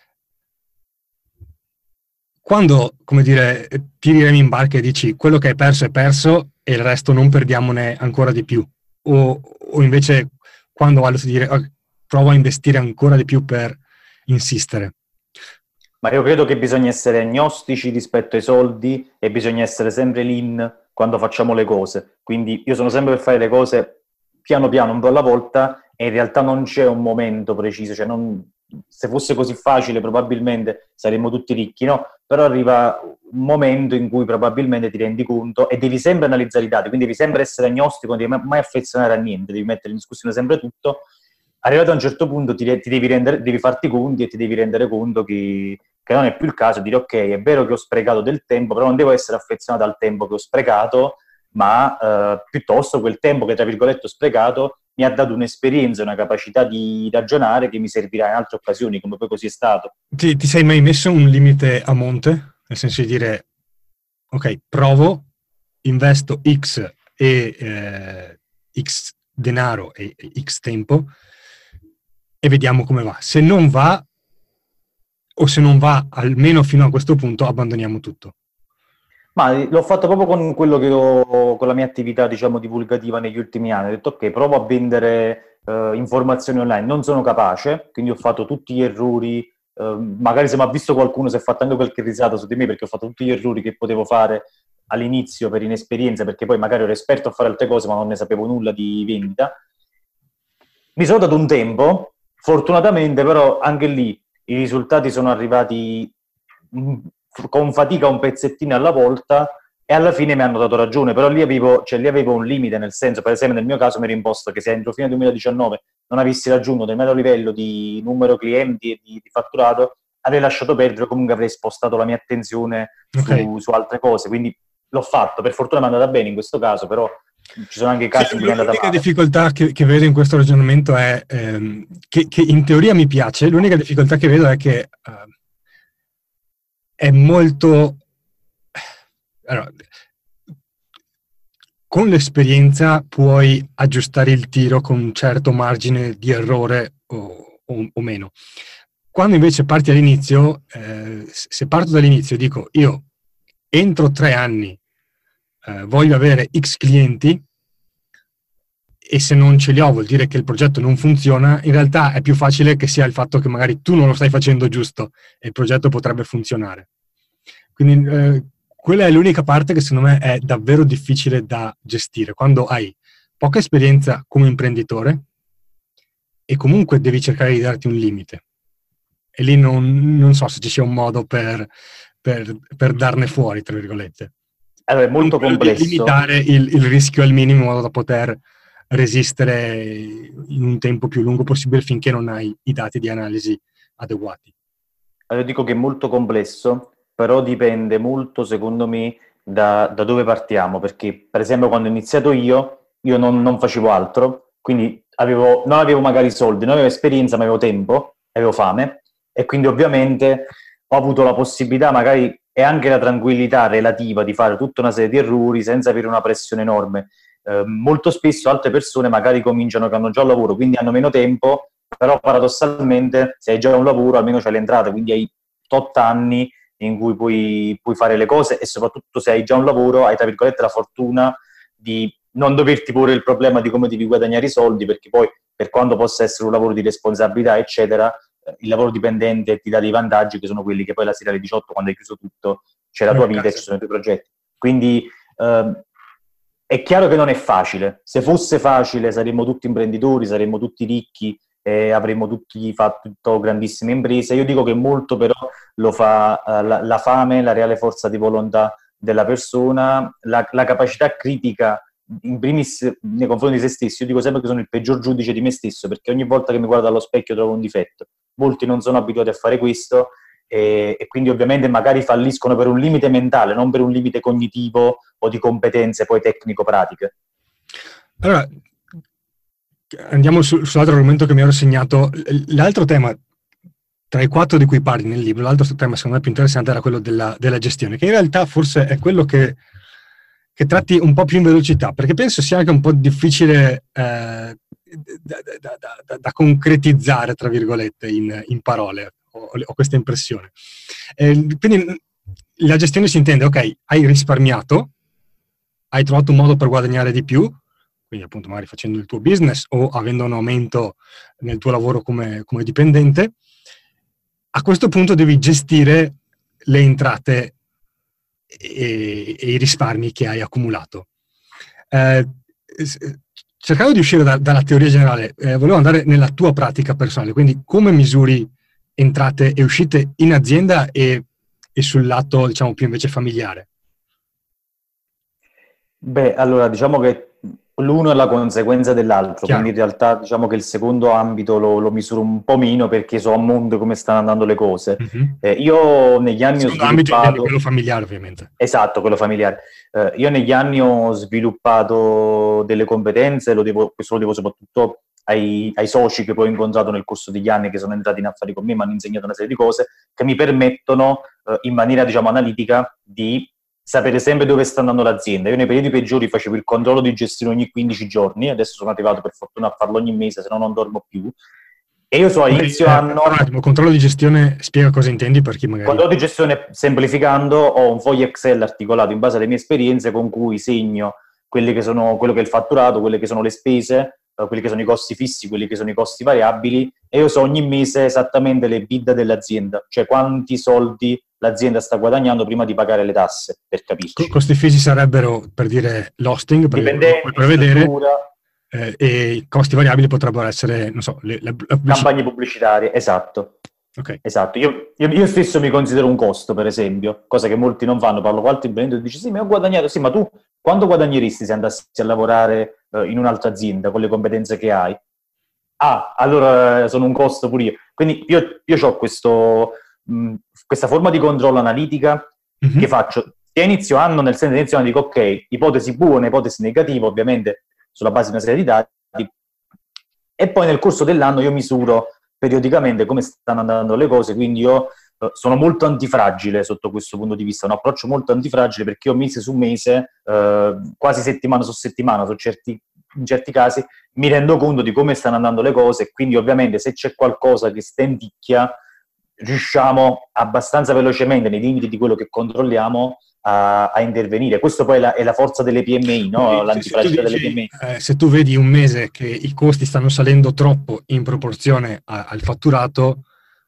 S1: Quando, come dire, tiri i remi in barca e dici quello che hai perso è perso e il resto non perdiamone ancora di più, o invece quando valuti dire provo a investire ancora di più per insistere.
S2: Ma io credo che bisogna essere agnostici rispetto ai soldi e bisogna essere sempre lean quando facciamo le cose. Quindi io sono sempre per fare le cose piano piano, un po' alla volta, e in realtà non c'è un momento preciso. Cioè se fosse così facile probabilmente saremmo tutti ricchi, no? Però arriva un momento in cui probabilmente ti rendi conto e devi sempre analizzare i dati, quindi devi sempre essere agnostico, non devi mai affezionare a niente, devi mettere in discussione sempre tutto. Arrivato a un certo punto devi farti i conti e ti devi rendere conto che non è più il caso di dire ok, è vero che ho sprecato del tempo, però non devo essere affezionato al tempo che ho sprecato, ma piuttosto quel tempo che tra virgolette ho sprecato mi ha dato un'esperienza, una capacità di ragionare che mi servirà in altre occasioni, come poi così è stato.
S1: Ti sei mai messo un limite a monte? Nel senso di dire, ok, provo, investo X e X denaro e X tempo e vediamo come va. Se non va, o se non va almeno fino a questo punto, abbandoniamo tutto.
S2: Ma l'ho fatto proprio con quello con la mia attività, diciamo, divulgativa negli ultimi anni. Ho detto ok, provo a vendere informazioni online. Non sono capace, quindi ho fatto tutti gli errori. Magari se mi ha visto qualcuno si è fatto anche qualche risata su di me, perché ho fatto tutti gli errori che potevo fare all'inizio per inesperienza, perché poi magari ero esperto a fare altre cose, ma non ne sapevo nulla di vendita. Mi sono dato un tempo, fortunatamente, però anche lì i risultati sono arrivati con fatica un pezzettino alla volta e alla fine mi hanno dato ragione, però lì avevo un limite, nel senso, per esempio nel mio caso mi ero imposto che se entro fine 2019 non avessi raggiunto determinato livello di numero clienti e di fatturato, avrei lasciato perdere, comunque avrei spostato la mia attenzione su altre cose, quindi l'ho fatto, per fortuna mi è andata bene in questo caso, però ci sono anche casi in cui è andata
S1: l'unica
S2: male.
S1: difficoltà che vedo in questo ragionamento è che in teoria mi piace, l'unica difficoltà che vedo è che è molto... Allora, con l'esperienza puoi aggiustare il tiro con un certo margine di errore o meno. Quando invece parti all'inizio, se parto dall'inizio e dico io entro 3 anni voglio avere X clienti e se non ce li ho vuol dire che il progetto non funziona, in realtà è più facile che sia il fatto che magari tu non lo stai facendo giusto e il progetto potrebbe funzionare. Quindi quella è l'unica parte che secondo me è davvero difficile da gestire, quando hai poca esperienza come imprenditore e comunque devi cercare di darti un limite. E lì non so se ci sia un modo per darne fuori, tra virgolette.
S2: Allora, è molto complesso.
S1: Limitare il rischio al minimo in modo da poter resistere in un tempo più lungo possibile finché non hai i dati di analisi adeguati.
S2: Allora, dico che è molto complesso, però dipende molto, secondo me, da dove partiamo, perché per esempio quando ho iniziato io non facevo altro, quindi non avevo magari soldi, non avevo esperienza, ma avevo tempo, avevo fame, e quindi ovviamente ho avuto la possibilità magari e anche la tranquillità relativa di fare tutta una serie di errori senza avere una pressione enorme. Molto spesso altre persone magari cominciano che hanno già un lavoro, quindi hanno meno tempo, però paradossalmente se hai già un lavoro almeno c'hai le entrate, quindi hai 8 anni in cui puoi fare le cose, e soprattutto se hai già un lavoro hai tra virgolette la fortuna di non doverti porre il problema di come devi guadagnare i soldi, perché poi per quanto possa essere un lavoro di responsabilità eccetera, il lavoro dipendente ti dà dei vantaggi che sono quelli che poi la sera alle 18 quando hai chiuso tutto c'è la tua vita e ci sono i tuoi progetti, quindi è chiaro che non è facile. Se fosse facile saremmo tutti imprenditori, saremmo tutti ricchi, avremmo tutti fatto grandissime imprese. Io dico che molto però lo fa la fame, la reale forza di volontà della persona, la capacità critica in primis nei confronti di se stesso. Io dico sempre che sono il peggior giudice di me stesso, perché ogni volta che mi guardo allo specchio trovo un difetto. Molti non sono abituati a fare questo e quindi ovviamente magari falliscono per un limite mentale, non per un limite cognitivo o di competenze poi tecnico-pratiche.
S1: Allora, andiamo sull'altro argomento che mi ero segnato. L'altro tema, tra i 4 di cui parli nel libro, l'altro tema secondo me più interessante era quello della gestione, che in realtà forse è quello che che tratti un po' più in velocità, perché penso sia anche un po' difficile da concretizzare, tra virgolette, in parole. Ho questa impressione. Quindi la gestione si intende, ok, hai risparmiato, hai trovato un modo per guadagnare di più, quindi appunto magari facendo il tuo business o avendo un aumento nel tuo lavoro come dipendente. A questo punto devi gestire le entrate e i risparmi che hai accumulato. Cercando di uscire dalla teoria generale, volevo andare nella tua pratica personale, quindi come misuri entrate e uscite in azienda e sul lato, diciamo, più invece familiare?
S2: Beh, allora diciamo che l'uno è la conseguenza dell'altro,
S1: Chiaro.
S2: quindi in realtà diciamo che il secondo ambito lo misuro un po' meno perché so a monte come stanno andando le cose. Io negli anni ho
S1: Secondo ambito intendi
S2: sviluppato...
S1: quello familiare, ovviamente.
S2: Esatto, quello familiare. Io negli anni ho sviluppato delle competenze, questo lo devo soprattutto ai soci che poi ho incontrato nel corso degli anni, che sono entrati in affari con me, mi hanno insegnato una serie di cose che mi permettono in maniera, diciamo, analitica di sapere sempre dove sta andando l'azienda. Io nei periodi peggiori facevo il controllo di gestione ogni 15 giorni, adesso sono arrivato per fortuna a farlo ogni mese, se no non dormo più. E io so a inizio anno...
S1: Un attimo, controllo di gestione, spiega cosa intendi per chi magari...
S2: Controllo di gestione, semplificando, ho un foglio Excel articolato in base alle mie esperienze con cui segno quello che è il fatturato, quelle che sono le spese, quelli che sono i costi fissi, quelli che sono i costi variabili, e io so ogni mese esattamente le bid dell'azienda, cioè quanti soldi l'azienda sta guadagnando prima di pagare le tasse, per capirci.
S1: Costi fissi sarebbero, per dire, l'hosting, perché lo puoi prevedere, e i costi variabili potrebbero essere, non so, le
S2: campagne pubblicitarie, esatto.
S1: Okay.
S2: Esatto, io stesso mi considero un costo, per esempio, cosa che molti non fanno. Parlo con altri imprenditori e dici sì, ma ho guadagnato, sì, ma tu quando guadagneresti se andassi a lavorare in un'altra azienda con le competenze che hai? Ah, allora sono un costo pure io. Quindi io ho questa forma di controllo analitica che faccio sia inizio anno, nel senso inizio anno dico ok, ipotesi buona, ipotesi negativa, ovviamente sulla base di una serie di dati, e poi nel corso dell'anno io misuro periodicamente come stanno andando le cose, quindi io sono molto antifragile sotto questo punto di vista, un approccio molto antifragile perché io mese su mese, quasi settimana su settimana, in certi casi, mi rendo conto di come stanno andando le cose e quindi ovviamente se c'è qualcosa che stempicchia, riusciamo abbastanza velocemente nei limiti di quello che controlliamo a intervenire. Questo poi è la forza delle PMI, no? L'antifragilità delle PMI.
S1: Se tu vedi un mese che i costi stanno salendo troppo in proporzione al fatturato,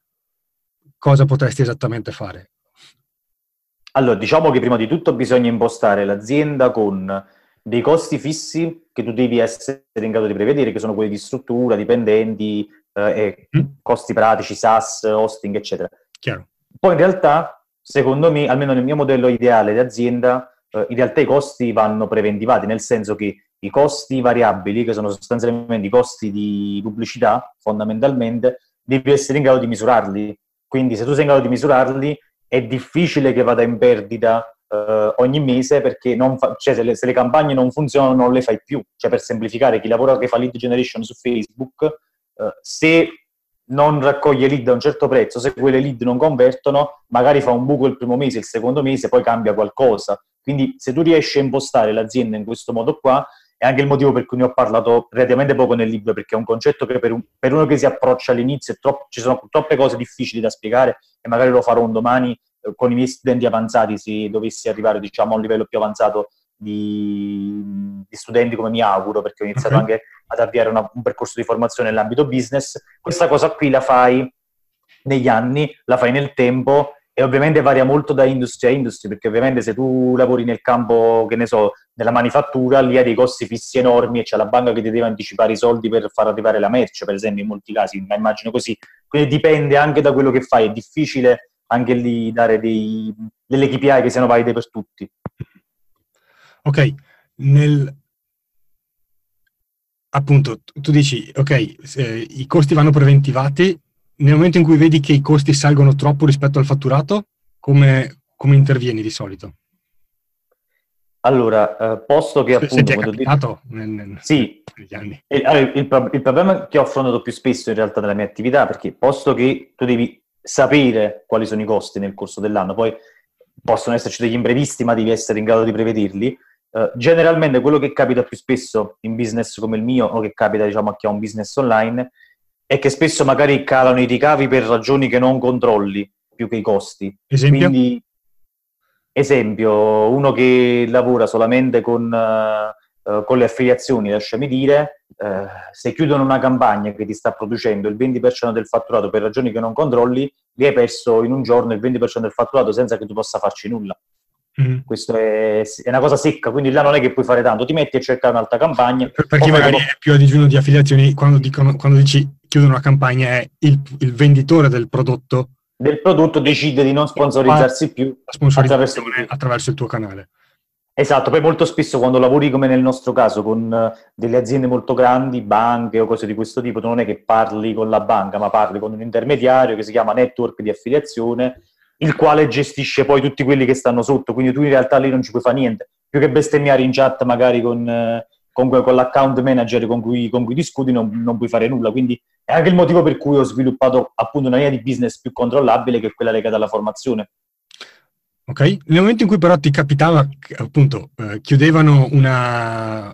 S1: cosa potresti esattamente fare?
S2: Allora, diciamo che prima di tutto bisogna impostare l'azienda con dei costi fissi che tu devi essere in grado di prevedere, che sono quelli di struttura, dipendenti, costi pratici, SaaS, hosting, eccetera.
S1: Chiaro.
S2: Poi in realtà, secondo me, almeno nel mio modello ideale di azienda, in realtà i costi vanno preventivati, nel senso che i costi variabili, che sono sostanzialmente i costi di pubblicità, fondamentalmente, devi essere in grado di misurarli. Quindi se tu sei in grado di misurarli, è difficile che vada in perdita ogni mese, perché se le campagne non funzionano non le fai più. Cioè, per semplificare, chi lavora che fa lead generation su Facebook, se non raccoglie lead a un certo prezzo, se quelle lead non convertono, magari fa un buco il primo mese, il secondo mese, poi cambia qualcosa. Quindi se tu riesci a impostare l'azienda in questo modo qua, è anche il motivo per cui ne ho parlato relativamente poco nel libro, perché è un concetto che per uno che si approccia all'inizio ci sono troppe cose difficili da spiegare e magari lo farò un domani con i miei studenti avanzati, se dovessi arrivare, diciamo, a un livello più avanzato di studenti, come mi auguro, perché ho iniziato anche ad avviare un percorso di formazione nell'ambito business. Questa cosa qui la fai negli anni, la fai nel tempo e ovviamente varia molto da industria a industria, perché ovviamente se tu lavori nel campo, che ne so, nella manifattura, lì hai dei costi fissi enormi e c'è la banca che ti deve anticipare i soldi per far arrivare la merce, per esempio, in molti casi, ma immagino così. Quindi dipende anche da quello che fai, è difficile anche lì dare delle KPI che siano valide per tutti.
S1: Ok, appunto, tu dici, ok, i costi vanno preventivati, nel momento in cui vedi che i costi salgono troppo rispetto al fatturato, come intervieni di solito?
S2: Allora, posto che appunto...
S1: Se ti è capitato
S2: sì,
S1: negli anni.
S2: Il problema che ho affrontato più spesso in realtà nella mia attività, perché posto che tu devi sapere quali sono i costi nel corso dell'anno, poi possono esserci degli imprevisti, ma devi essere in grado di prevederli. Generalmente quello che capita più spesso in business come il mio, o che capita diciamo a chi ha un business online, è che spesso magari calano i ricavi per ragioni che non controlli più che i costi.
S1: Esempio?
S2: Quindi, esempio, uno che lavora solamente con le affiliazioni, lasciami dire, se chiudono una campagna che ti sta producendo il 20% del fatturato per ragioni che non controlli, li hai perso in un giorno il 20% del fatturato senza che tu possa farci nulla. Questo è una cosa secca, quindi là non è che puoi fare tanto, ti metti a cercare un'altra campagna.
S1: Per chi magari è più a digiuno di affiliazioni, quando dici chiudono una campagna, è il venditore del prodotto
S2: decide di non sponsorizzarsi più
S1: attraverso il tuo canale.
S2: Esatto, poi molto spesso quando lavori come nel nostro caso con delle aziende molto grandi, banche o cose di questo tipo, tu non è che parli con la banca, ma parli con un intermediario che si chiama network di affiliazione, il quale gestisce poi tutti quelli che stanno sotto, quindi tu in realtà lì non ci puoi fare niente, più che bestemmiare in chat magari con l'account manager con cui discuti, non puoi fare nulla, quindi è anche il motivo per cui ho sviluppato appunto una linea di business più controllabile che è quella legata alla formazione.
S1: Ok, nel momento in cui però ti capitava che appunto chiudevano una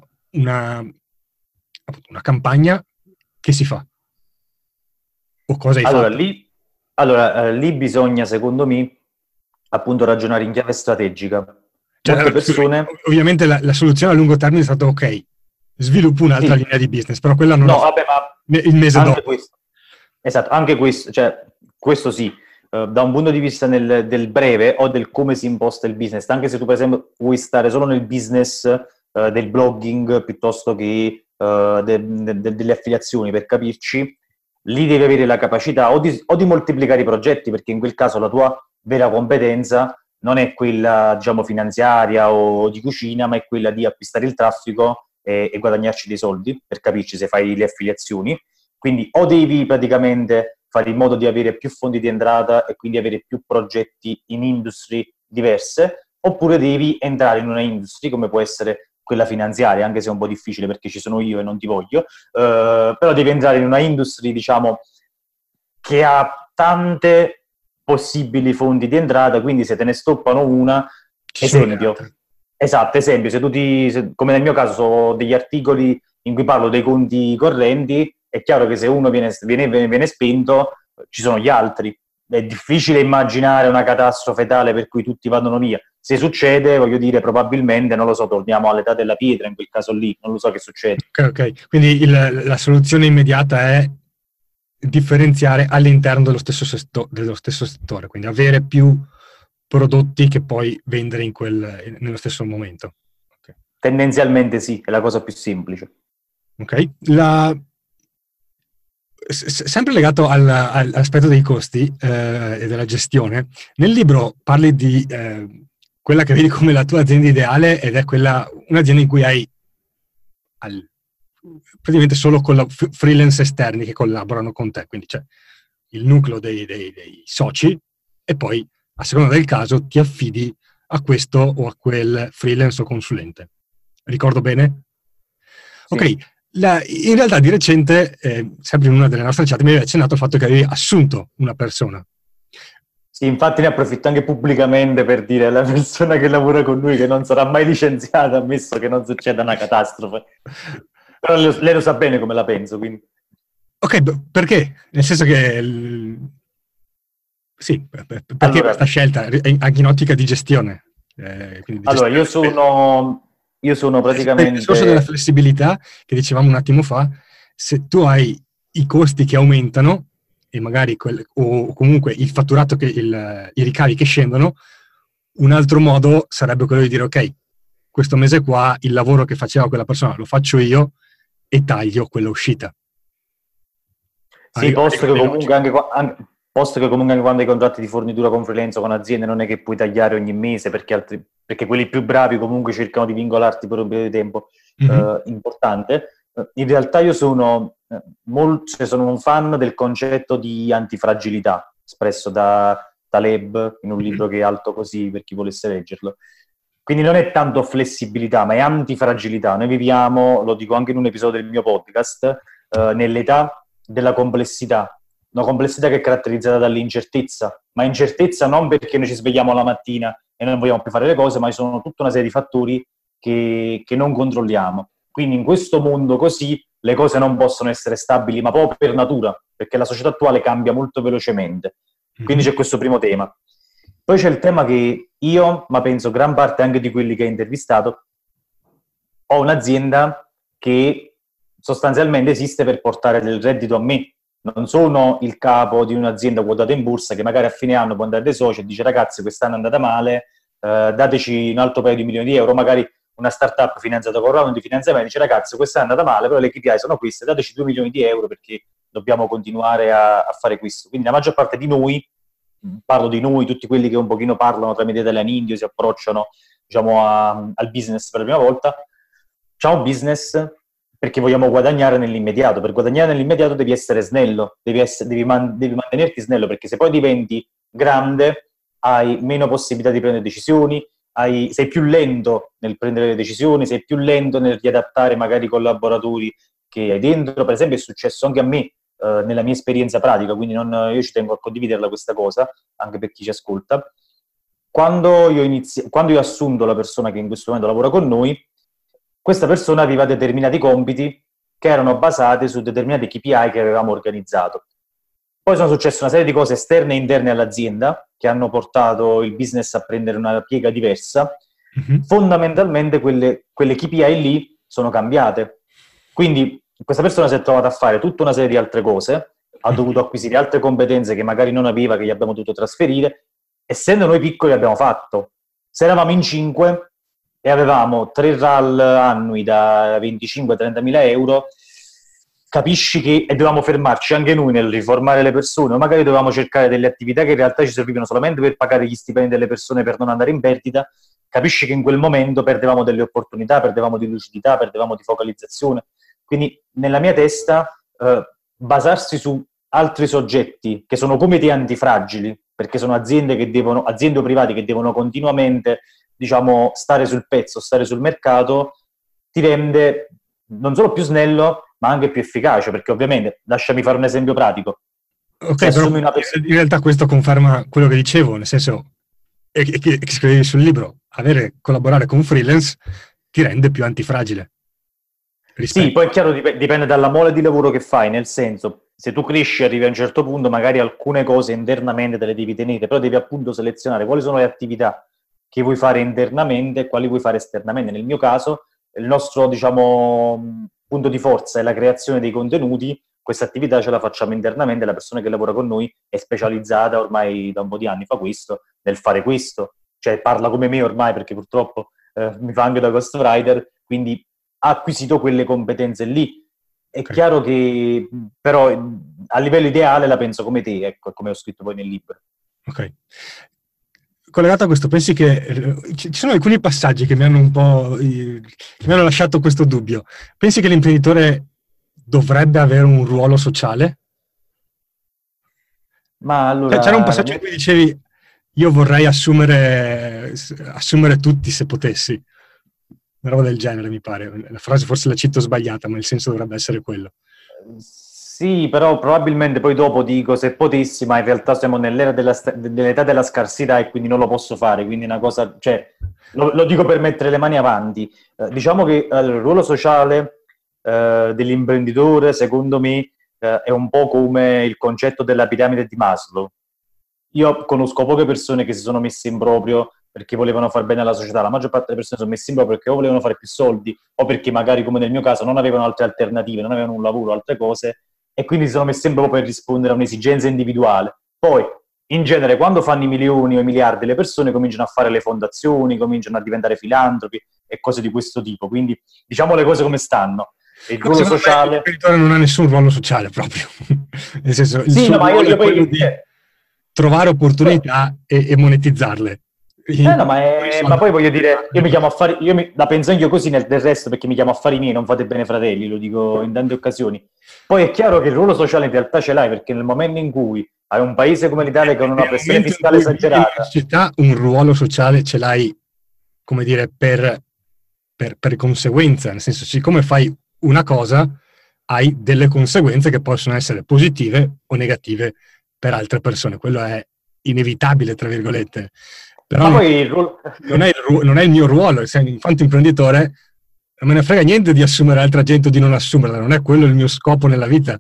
S1: campagna, che si fa? O cosa hai fatto?
S2: Lì bisogna, secondo me, appunto ragionare in chiave strategica. Molte persone...
S1: Ovviamente la soluzione a lungo termine è stata ok, sviluppo un'altra linea di business, però quella non il mese dopo.
S2: Questo. Esatto, anche questo, cioè questo sì, da un punto di vista del breve o del come si imposta il business, anche se tu per esempio vuoi stare solo nel business del blogging piuttosto che delle affiliazioni, per capirci, lì devi avere la capacità o di moltiplicare i progetti, perché in quel caso la tua vera competenza non è quella, diciamo, finanziaria o di cucina, ma è quella di acquistare il traffico e guadagnarci dei soldi, per capirci, se fai le affiliazioni. Quindi o devi praticamente fare in modo di avere più fonti di entrata e quindi avere più progetti in industrie diverse, oppure devi entrare in una industria come può essere quella finanziaria, anche se è un po' difficile perché ci sono io e non ti voglio, però devi entrare in una industria, diciamo, che ha tante possibili fonti di entrata, quindi se te ne stoppano una, esempio, se tu come nel mio caso sono degli articoli in cui parlo dei conti correnti, è chiaro che se uno viene spento, ci sono gli altri. È difficile immaginare una catastrofe tale per cui tutti vadano via. Se succede, voglio dire, probabilmente, non lo so, torniamo all'età della pietra in quel caso lì, non lo so che succede.
S1: Ok. Quindi la soluzione immediata è differenziare all'interno dello stesso settore, quindi avere più prodotti che puoi vendere nello stesso momento. Okay.
S2: Tendenzialmente sì, è la cosa più semplice.
S1: Ok. Sempre legato all'aspetto dei costi e della gestione, nel libro parli di quella che vedi come la tua azienda ideale, ed è un'azienda in cui hai praticamente solo freelance esterni che collaborano con te, quindi c'è il nucleo dei soci e poi a seconda del caso ti affidi a questo o a quel freelance o consulente. Ricordo bene? Sì. Ok. In realtà di recente, sempre in una delle nostre chat, mi avevi accennato al fatto che avevi assunto una persona.
S2: Sì, infatti ne approfitto anche pubblicamente per dire alla persona che lavora con lui che non sarà mai licenziata, ammesso che non succeda una catastrofe. Però lei lo sa bene come la penso, quindi.
S1: Ok, perché? Nel senso che... Sì, perché allora, questa scelta, anche in ottica di gestione?
S2: Allora, io sono praticamente... Il
S1: discorso della flessibilità che dicevamo un attimo fa, se tu hai i costi che aumentano e magari o comunque il fatturato, i ricavi che scendono, un altro modo sarebbe quello di dire ok, questo mese qua il lavoro che faceva quella persona lo faccio io e taglio quella uscita.
S2: Sì, posto che comunque anche quando hai contratti di fornitura con freelance o con aziende non è che puoi tagliare ogni mese perché quelli più bravi comunque cercano di vincolarti per un periodo di tempo importante. In realtà io sono un fan del concetto di antifragilità espresso da Taleb in un libro che è alto così per chi volesse leggerlo. Quindi non è tanto flessibilità, ma è antifragilità. Noi viviamo, lo dico anche in un episodio del mio podcast, nell'età della complessità. Una complessità che è caratterizzata dall'incertezza, ma incertezza non perché noi ci svegliamo la mattina e non vogliamo più fare le cose, ma ci sono tutta una serie di fattori che non controlliamo. Quindi in questo mondo così le cose non possono essere stabili, ma proprio per natura, perché la società attuale cambia molto velocemente. Quindi c'è questo primo tema. Poi c'è il tema che io, ma penso gran parte anche di quelli che hai intervistato, ho un'azienda che sostanzialmente esiste per portare del reddito a me. Non sono il capo di un'azienda quotata in borsa che magari a fine anno può andare dai soci e dice ragazzi quest'anno è andata male, dateci un altro paio di milioni di euro, magari una startup finanziata con un round di finanziamento dice ragazzi quest'anno è andata male, però le KPI sono queste, dateci 2 milioni di euro perché dobbiamo continuare a fare questo. Quindi la maggior parte di noi, parlo di noi, tutti quelli che un pochino parlano tramite Italian Indio, si approcciano diciamo al business per la prima volta, facciamo business perché vogliamo guadagnare nell'immediato. Per guadagnare nell'immediato devi essere snello, devi mantenerti snello, perché se poi diventi grande hai meno possibilità di prendere decisioni, sei più lento nel prendere le decisioni, sei più lento nel riadattare magari i collaboratori che hai dentro. Per esempio è successo anche a me nella mia esperienza pratica, quindi io ci tengo a condividerla questa cosa, anche per chi ci ascolta. Quando io ho assunto la persona che in questo momento lavora con noi, questa persona aveva determinati compiti che erano basati su determinati KPI che avevamo organizzato. Poi sono successe una serie di cose esterne e interne all'azienda che hanno portato il business a prendere una piega diversa. Fondamentalmente quelle KPI lì sono cambiate. Quindi questa persona si è trovata a fare tutta una serie di altre cose, ha dovuto acquisire altre competenze che magari non aveva, che gli abbiamo dovuto trasferire. Essendo noi piccoli abbiamo fatto. Se eravamo in 5 e avevamo 3 RAL annui da 25-30 mila euro, capisci che dovevamo fermarci anche noi nel riformare le persone, o magari dovevamo cercare delle attività che in realtà ci servivano solamente per pagare gli stipendi delle persone per non andare in perdita. Capisci che in quel momento perdevamo delle opportunità, perdevamo di lucidità, perdevamo di focalizzazione. Quindi nella mia testa basarsi su altri soggetti che sono come te antifragili, perché sono aziende o privati che devono continuamente diciamo stare sul pezzo, stare sul mercato, ti rende non solo più snello ma anche più efficace, perché ovviamente, lasciami fare un esempio pratico.
S1: Ok, però in realtà questo conferma quello che dicevo, nel senso che scrivevi sul libro, collaborare con freelance ti rende più antifragile.
S2: Sì, poi è chiaro, dipende dalla mole di lavoro che fai, nel senso, se tu cresci e arrivi a un certo punto, magari alcune cose internamente te le devi tenere, però devi appunto selezionare quali sono le attività che vuoi fare internamente e quali vuoi fare esternamente. Nel mio caso, il nostro, diciamo, punto di forza è la creazione dei contenuti. Questa attività ce la facciamo internamente, la persona che lavora con noi è specializzata, ormai da un po' di anni fa questo, nel fare questo, cioè parla come me ormai, perché purtroppo mi fa anche da ghostwriter, quindi ha acquisito quelle competenze lì. È chiaro che però a livello ideale la penso come te, ecco, come ho scritto poi nel libro.
S1: Ok. Collegato a questo, pensi che ci sono alcuni passaggi che mi hanno un po' mi hanno lasciato questo dubbio. Pensi che l'imprenditore dovrebbe avere un ruolo sociale?
S2: Ma allora,
S1: c'era un passaggio in cui dicevi io vorrei assumere tutti se potessi. Una roba del genere, mi pare. La frase forse la cito sbagliata, ma il senso dovrebbe essere quello.
S2: Sì, però probabilmente poi dopo dico se potessi, ma in realtà siamo nell'era dell'età della scarsità e quindi non lo posso fare, quindi una cosa, cioè, lo dico per mettere le mani avanti. Diciamo che il ruolo sociale dell'imprenditore, secondo me, è un po' come il concetto della piramide di Maslow. Io conosco poche persone che si sono messe in proprio perché volevano far bene alla società. La maggior parte delle persone sono messe in proprio perché o volevano fare più soldi o perché magari, come nel mio caso, non avevano altre alternative, non avevano un lavoro, altre cose, e quindi si sono messi in proprio per rispondere a un'esigenza individuale. Poi, in genere, quando fanno i milioni o i miliardi, le persone cominciano a fare le fondazioni, cominciano a diventare filantropi e cose di questo tipo. Quindi, diciamo le cose come stanno. Il ruolo sociale...
S1: L'imprenditore non ha nessun ruolo sociale proprio. Nel senso, il
S2: sì,
S1: suo
S2: no, ma
S1: ruolo
S2: io
S1: è quello di trovare opportunità e monetizzarle.
S2: Ma poi voglio dire, io mi chiamo affari, la penso anche io così del resto, perché mi chiamo affari miei, non fate bene fratelli, lo dico in tante occasioni. Poi è chiaro che il ruolo sociale in realtà ce l'hai, perché nel momento in cui hai un paese come l'Italia con una pressione fiscale esagerata,
S1: in società un ruolo sociale ce l'hai, come dire, per conseguenza, nel senso, siccome fai una cosa, hai delle conseguenze che possono essere positive o negative per altre persone. Quello è inevitabile, tra virgolette. Però non è il mio ruolo, in quanto imprenditore non me ne frega niente di assumere altra gente o di non assumerla, non è quello il mio scopo nella vita.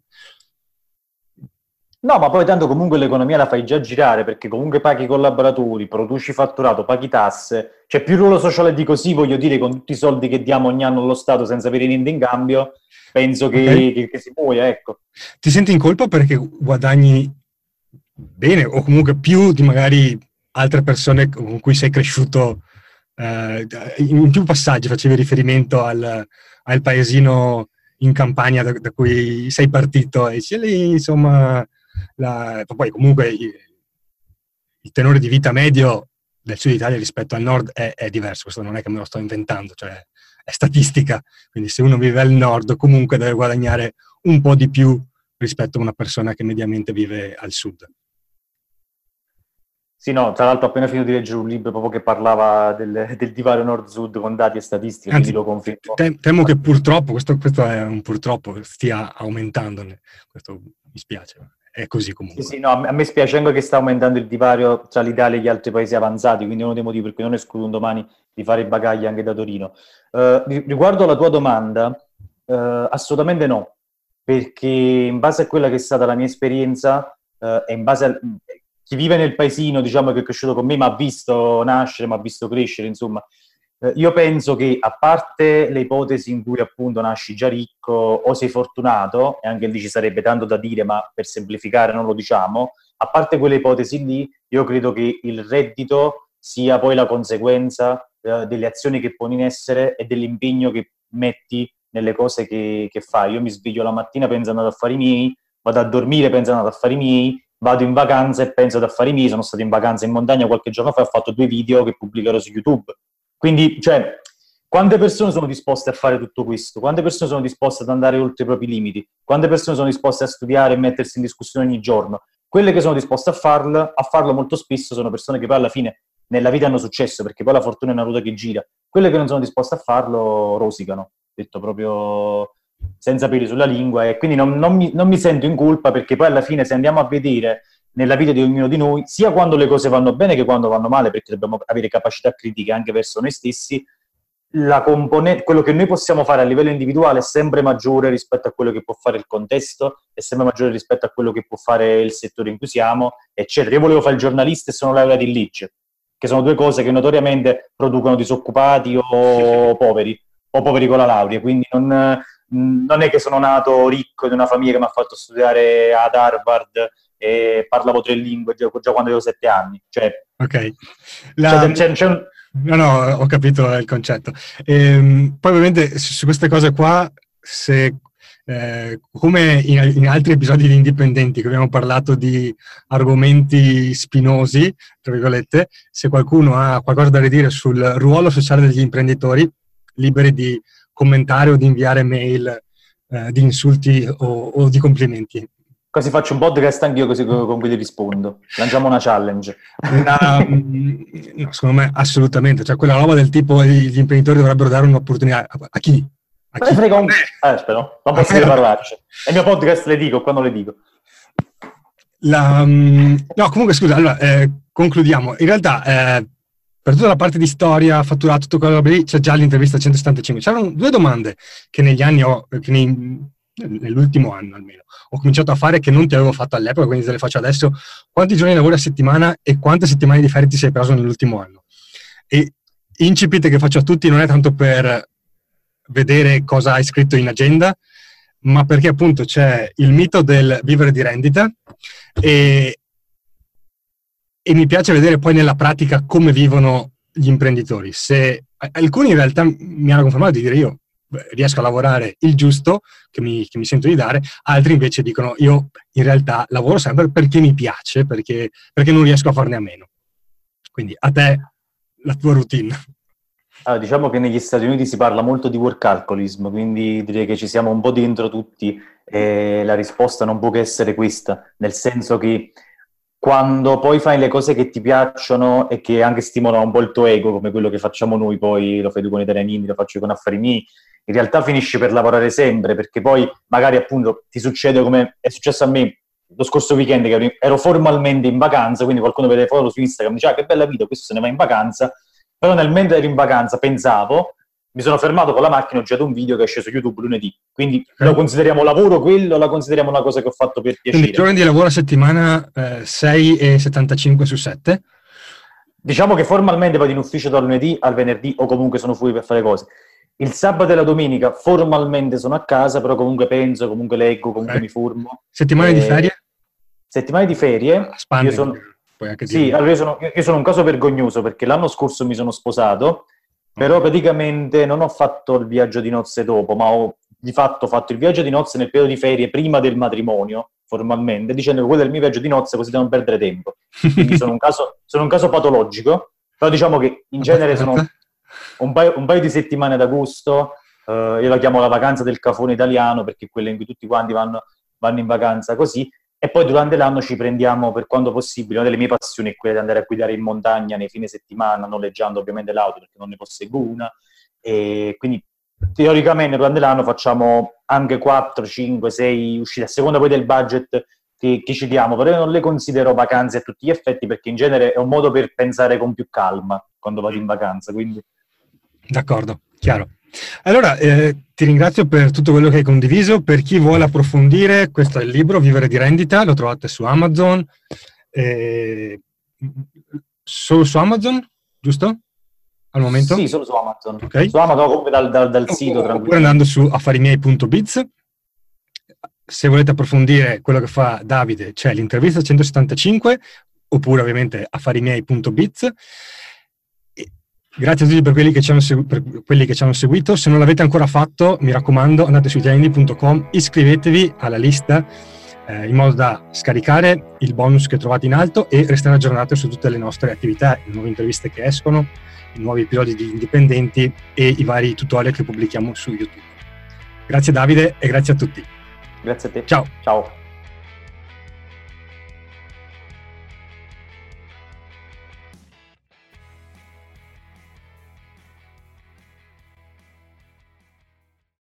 S2: No, ma poi tanto comunque l'economia la fai già girare, perché comunque paghi i collaboratori, produci fatturato, paghi tasse, c'è più ruolo sociale di così, voglio dire, con tutti i soldi che diamo ogni anno allo Stato senza avere niente in cambio, penso che si muoia, ecco.
S1: Ti senti in colpa perché guadagni bene o comunque più di magari altre persone con cui sei cresciuto? In più passaggi facevi riferimento al paesino in Campania da cui sei partito e c'è lì, insomma, poi comunque il tenore di vita medio del sud Italia rispetto al nord è diverso, questo non è che me lo sto inventando, cioè è statistica, quindi se uno vive al nord comunque deve guadagnare un po' di più rispetto a una persona che mediamente vive al sud.
S2: Sì, no, tra l'altro ho appena finito di leggere un libro proprio che parlava del divario nord-sud con dati e statistiche,
S1: Anzi,
S2: quindi lo confermo.
S1: Temo che purtroppo, questo è un purtroppo, stia aumentando, questo mi spiace, è così comunque.
S2: Sì, no, a me spiace anche che sta aumentando il divario tra l'Italia e gli altri paesi avanzati, quindi è uno dei motivi per cui non escludo un domani di fare i bagagli anche da Torino. Riguardo alla tua domanda, assolutamente no, perché in base a quella che è stata la mia esperienza e in base a chi vive nel paesino, diciamo, che è cresciuto con me, mi ha visto nascere, mi ha visto crescere, insomma, io penso che, a parte le ipotesi in cui appunto nasci già ricco o sei fortunato, e anche lì ci sarebbe tanto da dire, ma per semplificare non lo diciamo, a parte quelle ipotesi lì, io credo che il reddito sia poi la conseguenza delle azioni che poni in essere e dell'impegno che metti nelle cose che fai. Io mi sveglio la mattina pensando ad affari miei, vado a dormire pensando ad affari miei, vado in vacanza e penso ad affari miei. Sono stato in vacanza in montagna qualche giorno fa e ho fatto 2 video che pubblicherò su YouTube. Quindi, cioè, quante persone sono disposte a fare tutto questo? Quante persone sono disposte ad andare oltre i propri limiti? Quante persone sono disposte a studiare e mettersi in discussione ogni giorno? Quelle che sono disposte a farlo molto spesso sono persone che poi alla fine nella vita hanno successo, perché poi la fortuna è una ruota che gira. Quelle che non sono disposte a farlo rosicano, detto proprio senza peli sulla lingua, e quindi non mi sento in colpa, perché poi alla fine, se andiamo a vedere nella vita di ognuno di noi, sia quando le cose vanno bene che quando vanno male, perché dobbiamo avere capacità critiche anche verso noi stessi, quello che noi possiamo fare a livello individuale è sempre maggiore rispetto a quello che può fare il contesto, è sempre maggiore rispetto a quello che può fare il settore in cui siamo, eccetera. Io volevo fare il giornalista e sono laureato in legge, che sono 2 cose che notoriamente producono disoccupati o poveri con la laurea, quindi non è che sono nato ricco in una famiglia che mi ha fatto studiare ad Harvard e parlavo 3 lingue già quando avevo 7 anni. Cioè,
S1: ok. No, ho capito il concetto. Poi ovviamente su queste cose qua, se come in altri episodi di Indipendenti che abbiamo parlato di argomenti spinosi, tra virgolette, se qualcuno ha qualcosa da ridire sul ruolo sociale degli imprenditori, liberi di commentare o di inviare mail di insulti o di complimenti.
S2: Così faccio un podcast anch'io, così con cui ti rispondo. Lanciamo una challenge.
S1: No, secondo me assolutamente. Cioè, quella roba del tipo gli imprenditori dovrebbero dare un'opportunità. A chi?
S2: Me ne frega un... Aspetta, non posso parlarci. È il mio podcast, le dico, quando le dico.
S1: No, comunque scusa, allora, concludiamo. In realtà, per tutta la parte di storia, fatturato, tutto quello lì, c'è già l'intervista 175. C'erano 2 domande che negli anni nell'ultimo anno almeno ho cominciato a fare, che non ti avevo fatto all'epoca, quindi te le faccio adesso. Quanti giorni lavori a settimana e quante settimane di ferie ti sei preso nell'ultimo anno? E incipit che faccio a tutti non è tanto per vedere cosa hai scritto in agenda, ma perché appunto c'è il mito del vivere di rendita e mi piace vedere poi nella pratica come vivono gli imprenditori. Se alcuni in realtà mi hanno confermato di dire io riesco a lavorare il giusto che mi sento di dare, altri invece dicono io in realtà lavoro sempre perché mi piace, perché non riesco a farne a meno. Quindi a te la tua routine.
S2: Allora, diciamo che negli Stati Uniti si parla molto di workaholism, quindi direi che ci siamo un po' dentro tutti, e la risposta non può che essere questa, nel senso che quando poi fai le cose che ti piacciono e che anche stimolano un po' il tuo ego, come quello che facciamo noi, poi lo fai tu con i italianini, lo faccio io con affari miei, in realtà finisci per lavorare sempre, perché poi magari appunto ti succede come è successo a me, lo scorso weekend che ero formalmente in vacanza, quindi qualcuno vede foto su Instagram e dice che bella vita, questo se ne va in vacanza, però nel mentre ero in vacanza pensavo, mi sono fermato con la macchina, ho girato un video che è sceso su YouTube lunedì, quindi lo consideriamo lavoro quello, la consideriamo una cosa che ho fatto per piacere.
S1: Quindi giorni di lavoro a settimana 6,75 su 7?
S2: Diciamo che formalmente vado in ufficio dal lunedì al venerdì o comunque sono fuori per fare cose. Il sabato e la domenica formalmente sono a casa, però comunque penso, comunque leggo, comunque mi formo.
S1: Settimane di ferie?
S2: Settimane di ferie?
S1: A Spagna, puoi anche dire.
S2: Sì, allora io sono un caso vergognoso perché l'anno scorso mi sono sposato, però praticamente non ho fatto il viaggio di nozze dopo, ma ho di fatto fatto il viaggio di nozze nel periodo di ferie prima del matrimonio, formalmente, dicendo che quello è il mio viaggio di nozze così da non perdere tempo. Quindi sono un caso patologico, però diciamo che in genere sono un paio di settimane ad agosto, io la chiamo la vacanza del cafone italiano perché è quella in cui tutti quanti vanno in vacanza così, e poi durante l'anno ci prendiamo per quanto possibile. Una delle mie passioni è quella di andare a guidare in montagna nei fine settimana, noleggiando ovviamente l'auto perché non ne posseggo una, e quindi teoricamente durante l'anno facciamo anche 4, 5, 6 uscite, a seconda poi del budget che ci diamo, però io non le considero vacanze a tutti gli effetti perché in genere è un modo per pensare con più calma quando vado in vacanza, quindi...
S1: D'accordo, chiaro. Allora, ti ringrazio per tutto quello che hai condiviso. Per chi vuole approfondire, questo è il libro Vivere di rendita, lo trovate su Amazon, solo su Amazon, giusto? Al momento?
S2: Sì, solo su Amazon.
S1: Okay.
S2: Su Amazon comunque dal sito.
S1: Oppure andando su affarimiei.biz. Se volete approfondire quello che fa Davide, c'è l'intervista 175, oppure ovviamente affarimiei.biz. Grazie a tutti per quelli che ci hanno seguito. Se non l'avete ancora fatto, mi raccomando, andate su italiani.com, iscrivetevi alla lista in modo da scaricare il bonus che trovate in alto e restare aggiornati su tutte le nostre attività, le nuove interviste che escono, i nuovi episodi di Indipendenti e i vari tutorial che pubblichiamo su YouTube. Grazie Davide e grazie a tutti.
S2: Grazie a te.
S1: Ciao.
S2: Ciao.